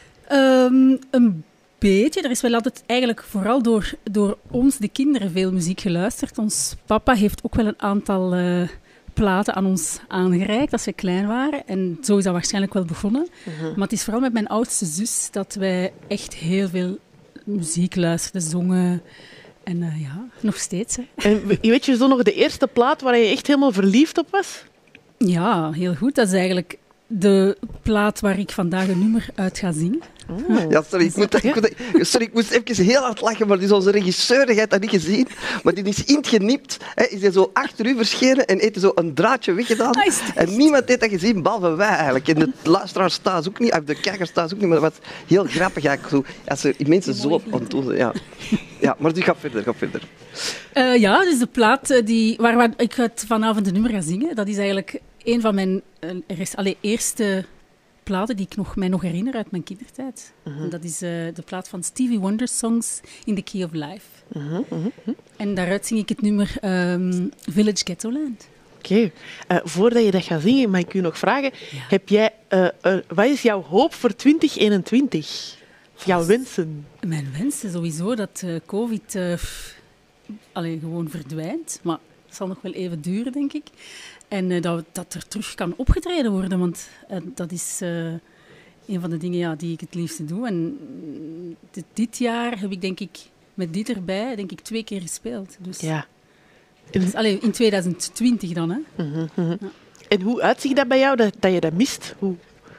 Um, een beetje. Er is wel altijd eigenlijk vooral door, door ons, de kinderen, veel muziek geluisterd. Ons papa heeft ook wel een aantal uh, platen aan ons aangereikt als we klein waren. En zo is dat waarschijnlijk wel begonnen. Uh-huh. Maar het is vooral met mijn oudste zus dat wij echt heel veel muziek luisterden, zongen. En uh, ja, nog steeds. Hè. En weet je zo nog de eerste plaat waar je echt helemaal verliefd op was? Ja, heel goed. Dat is eigenlijk de plaat waar ik vandaag een nummer uit ga zingen. Oh. Ja, sorry, ik, moet, ik, moet, sorry, ik moest even heel hard lachen, maar die is onze regisseur, die hebt dat niet gezien, maar die is ingenipt, hè, is hij zo achter u verschenen en heeft zo een draadje weggedaan. En niemand heeft dat gezien, behalve wij eigenlijk. En de luisteraars thuis ook niet, of de kijkers thuis ook niet, maar dat was heel grappig eigenlijk. Zo, als er mensen zo aan het doen zijn. Ja. Ja, maar die gaat verder, gaat verder. Uh, ja, dus de plaat die, waar, waar ik het vanavond een nummer ga zingen, dat is eigenlijk een van mijn uh, allee, eerste platen die ik nog, mij nog herinner uit mijn kindertijd. Uh-huh. En dat is uh, de plaat van Stevie Wonder, Songs in the Key of Life. Uh-huh, uh-huh. En daaruit zing ik het nummer um, Village Ghettoland. Oké. Okay. Uh, voordat je dat gaat zingen, mag ik u nog vragen. Ja. Heb jij, uh, uh, wat is jouw hoop voor twintig eenentwintig? Jouw wensen? Mijn wensen sowieso dat uh, COVID uh, allee, gewoon verdwijnt. Maar het zal nog wel even duren, denk ik. En uh, dat, dat er terug kan opgetreden worden, want uh, dat is uh, een van de dingen ja, die ik het liefste doe. En dit, dit jaar heb ik, denk ik, met dit erbij, denk ik, twee keer gespeeld. Dus, ja. Dus, allee, in twintig twintig dan, hè. Mm-hmm, mm-hmm. Ja. En hoe uitziet dat bij jou, dat, dat je dat mist? Hoe?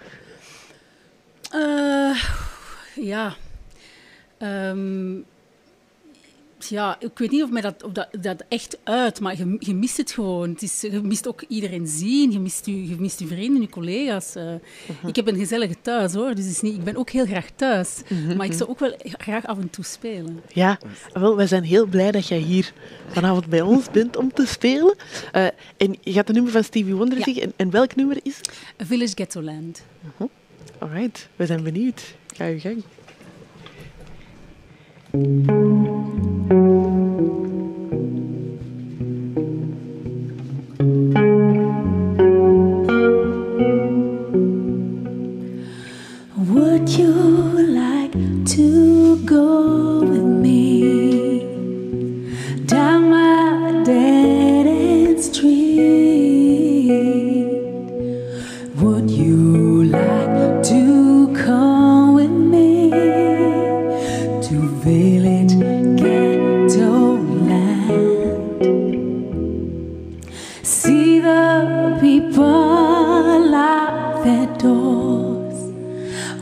Uh, ja... Um, Ja, ik weet niet of mij dat, of dat, dat echt uit, maar je, je mist het gewoon. Het is, je mist ook iedereen zien, je mist je, je, mist je vrienden, je collega's. Uh, uh-huh. Ik heb een gezellige thuis, hoor. Dus is niet, ik ben ook heel graag thuis. Uh-huh. Maar ik zou ook wel graag af en toe spelen. Ja, wel, wij zijn heel blij dat jij hier vanavond bij ons bent om te spelen. Uh, en je gaat een nummer van Stevie Wonder zeggen. Ja. En, en welk nummer is het? Village Ghettoland. Uh-huh. All right, we zijn benieuwd. Ga je gang. Would you like to go with me down my day?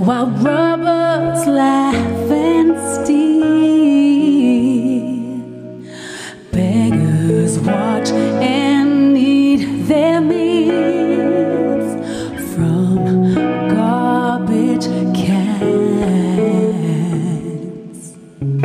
while robbers laugh and steal. Beggars watch and eat their meals from garbage cans.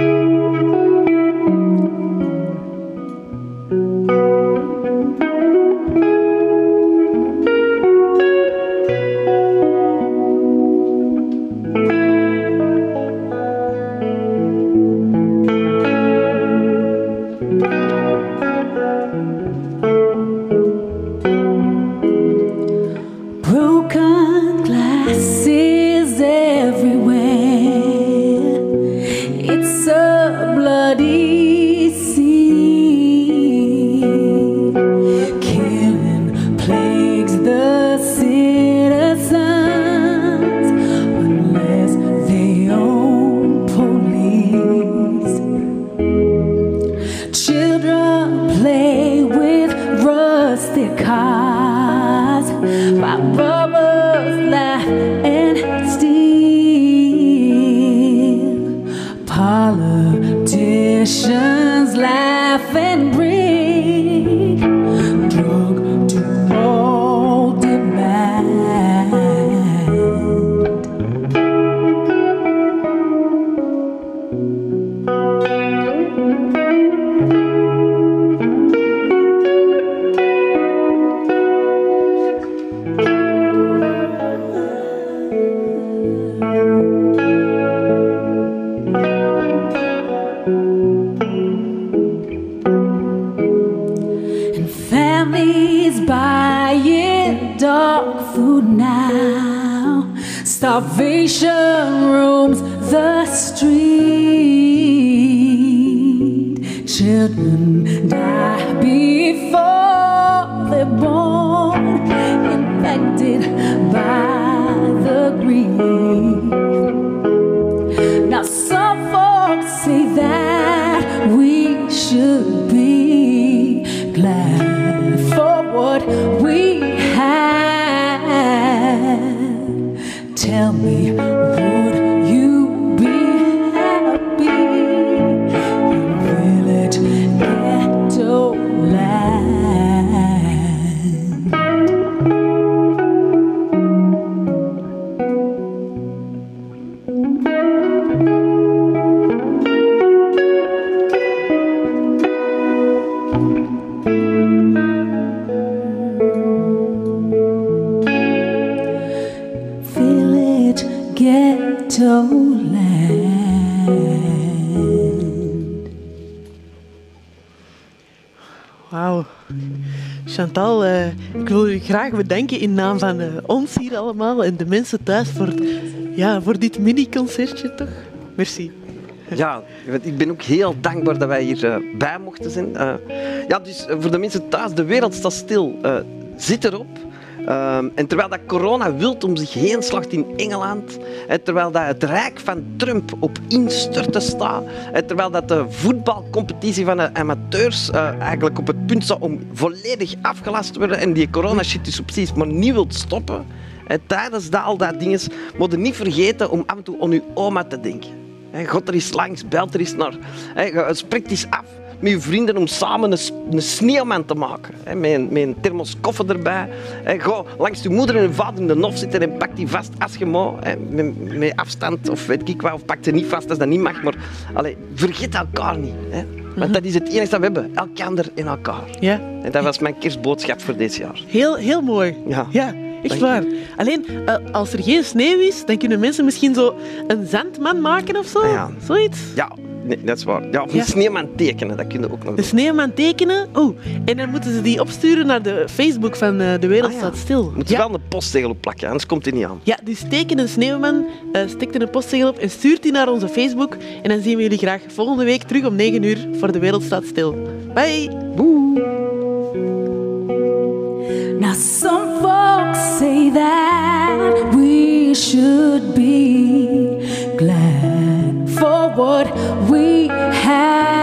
Broken glasses everywhere. It's a bloody scene. Killing plagues the citizens unless they own police. Children play with rusted cars while robbers laugh and steal. Politicians laugh and bring drug to all demand. And families buying dog food now. Starvation roams the street. Children die before they're born, infected by the grief. Now some folks say that we should be glad for what we have. Tell me, would you be happy in village ghetto land? Village ghetto land. Wauw. Chantal, uh, ik wil u graag bedanken in naam van uh, ons hier allemaal en de mensen thuis voor, ja, voor dit mini-concertje, toch? Merci. Ja, ik ben ook heel dankbaar dat wij hier uh, bij mochten zijn. Uh, ja, dus uh, voor de mensen thuis, de wereld staat stil. Uh, zit erop. Um, en terwijl dat corona wild om zich heen slacht in Engeland, en terwijl dat het rijk van Trump op instorten staat, en terwijl dat de voetbalcompetitie van de amateurs uh, eigenlijk op het punt staat om volledig afgelast te worden en die corona-shit dus precies maar niet wilt stoppen, en tijdens dat, al dat dingen, moet je niet vergeten om af en toe aan je oma te denken. He, God er eens langs, belt er eens naar, he, spreekt eens af met je vrienden om samen een, een sneeuwman te maken. He, met, een, met een thermoskoffer erbij. He, ga langs je moeder en je vader in de nof zitten en pak die vast als je mag. He, met, met afstand of weet ik wat, of pak ze niet vast als dat niet mag. Maar allee, vergeet elkaar niet. He. Want dat is het enige dat we hebben. Elkander en elkaar. Ja. En dat was mijn kerstboodschap voor dit jaar. Heel, heel mooi. Ja. Ja. Echt waar. Alleen, uh, als er geen sneeuw is, dan kunnen mensen misschien zo een zandman maken of zo. Ja. Zoiets. Ja, nee, dat is waar. Ja, of een Ja. sneeuwman tekenen, dat kun je ook nog Een doen. sneeuwman tekenen. Oh, en dan moeten ze die opsturen naar de Facebook van uh, De Wereld Ah, ja. Staat Stil. Moet je Ja. wel een postzegel op plakken, anders komt hij niet aan. Ja, dus teken een sneeuwman, uh, stik er een postzegel op en stuurt die naar onze Facebook. En dan zien we jullie graag volgende week terug om negen uur voor De Wereld Staat Stil. Bye! Boe! Now some folks say that we should be glad for what we have.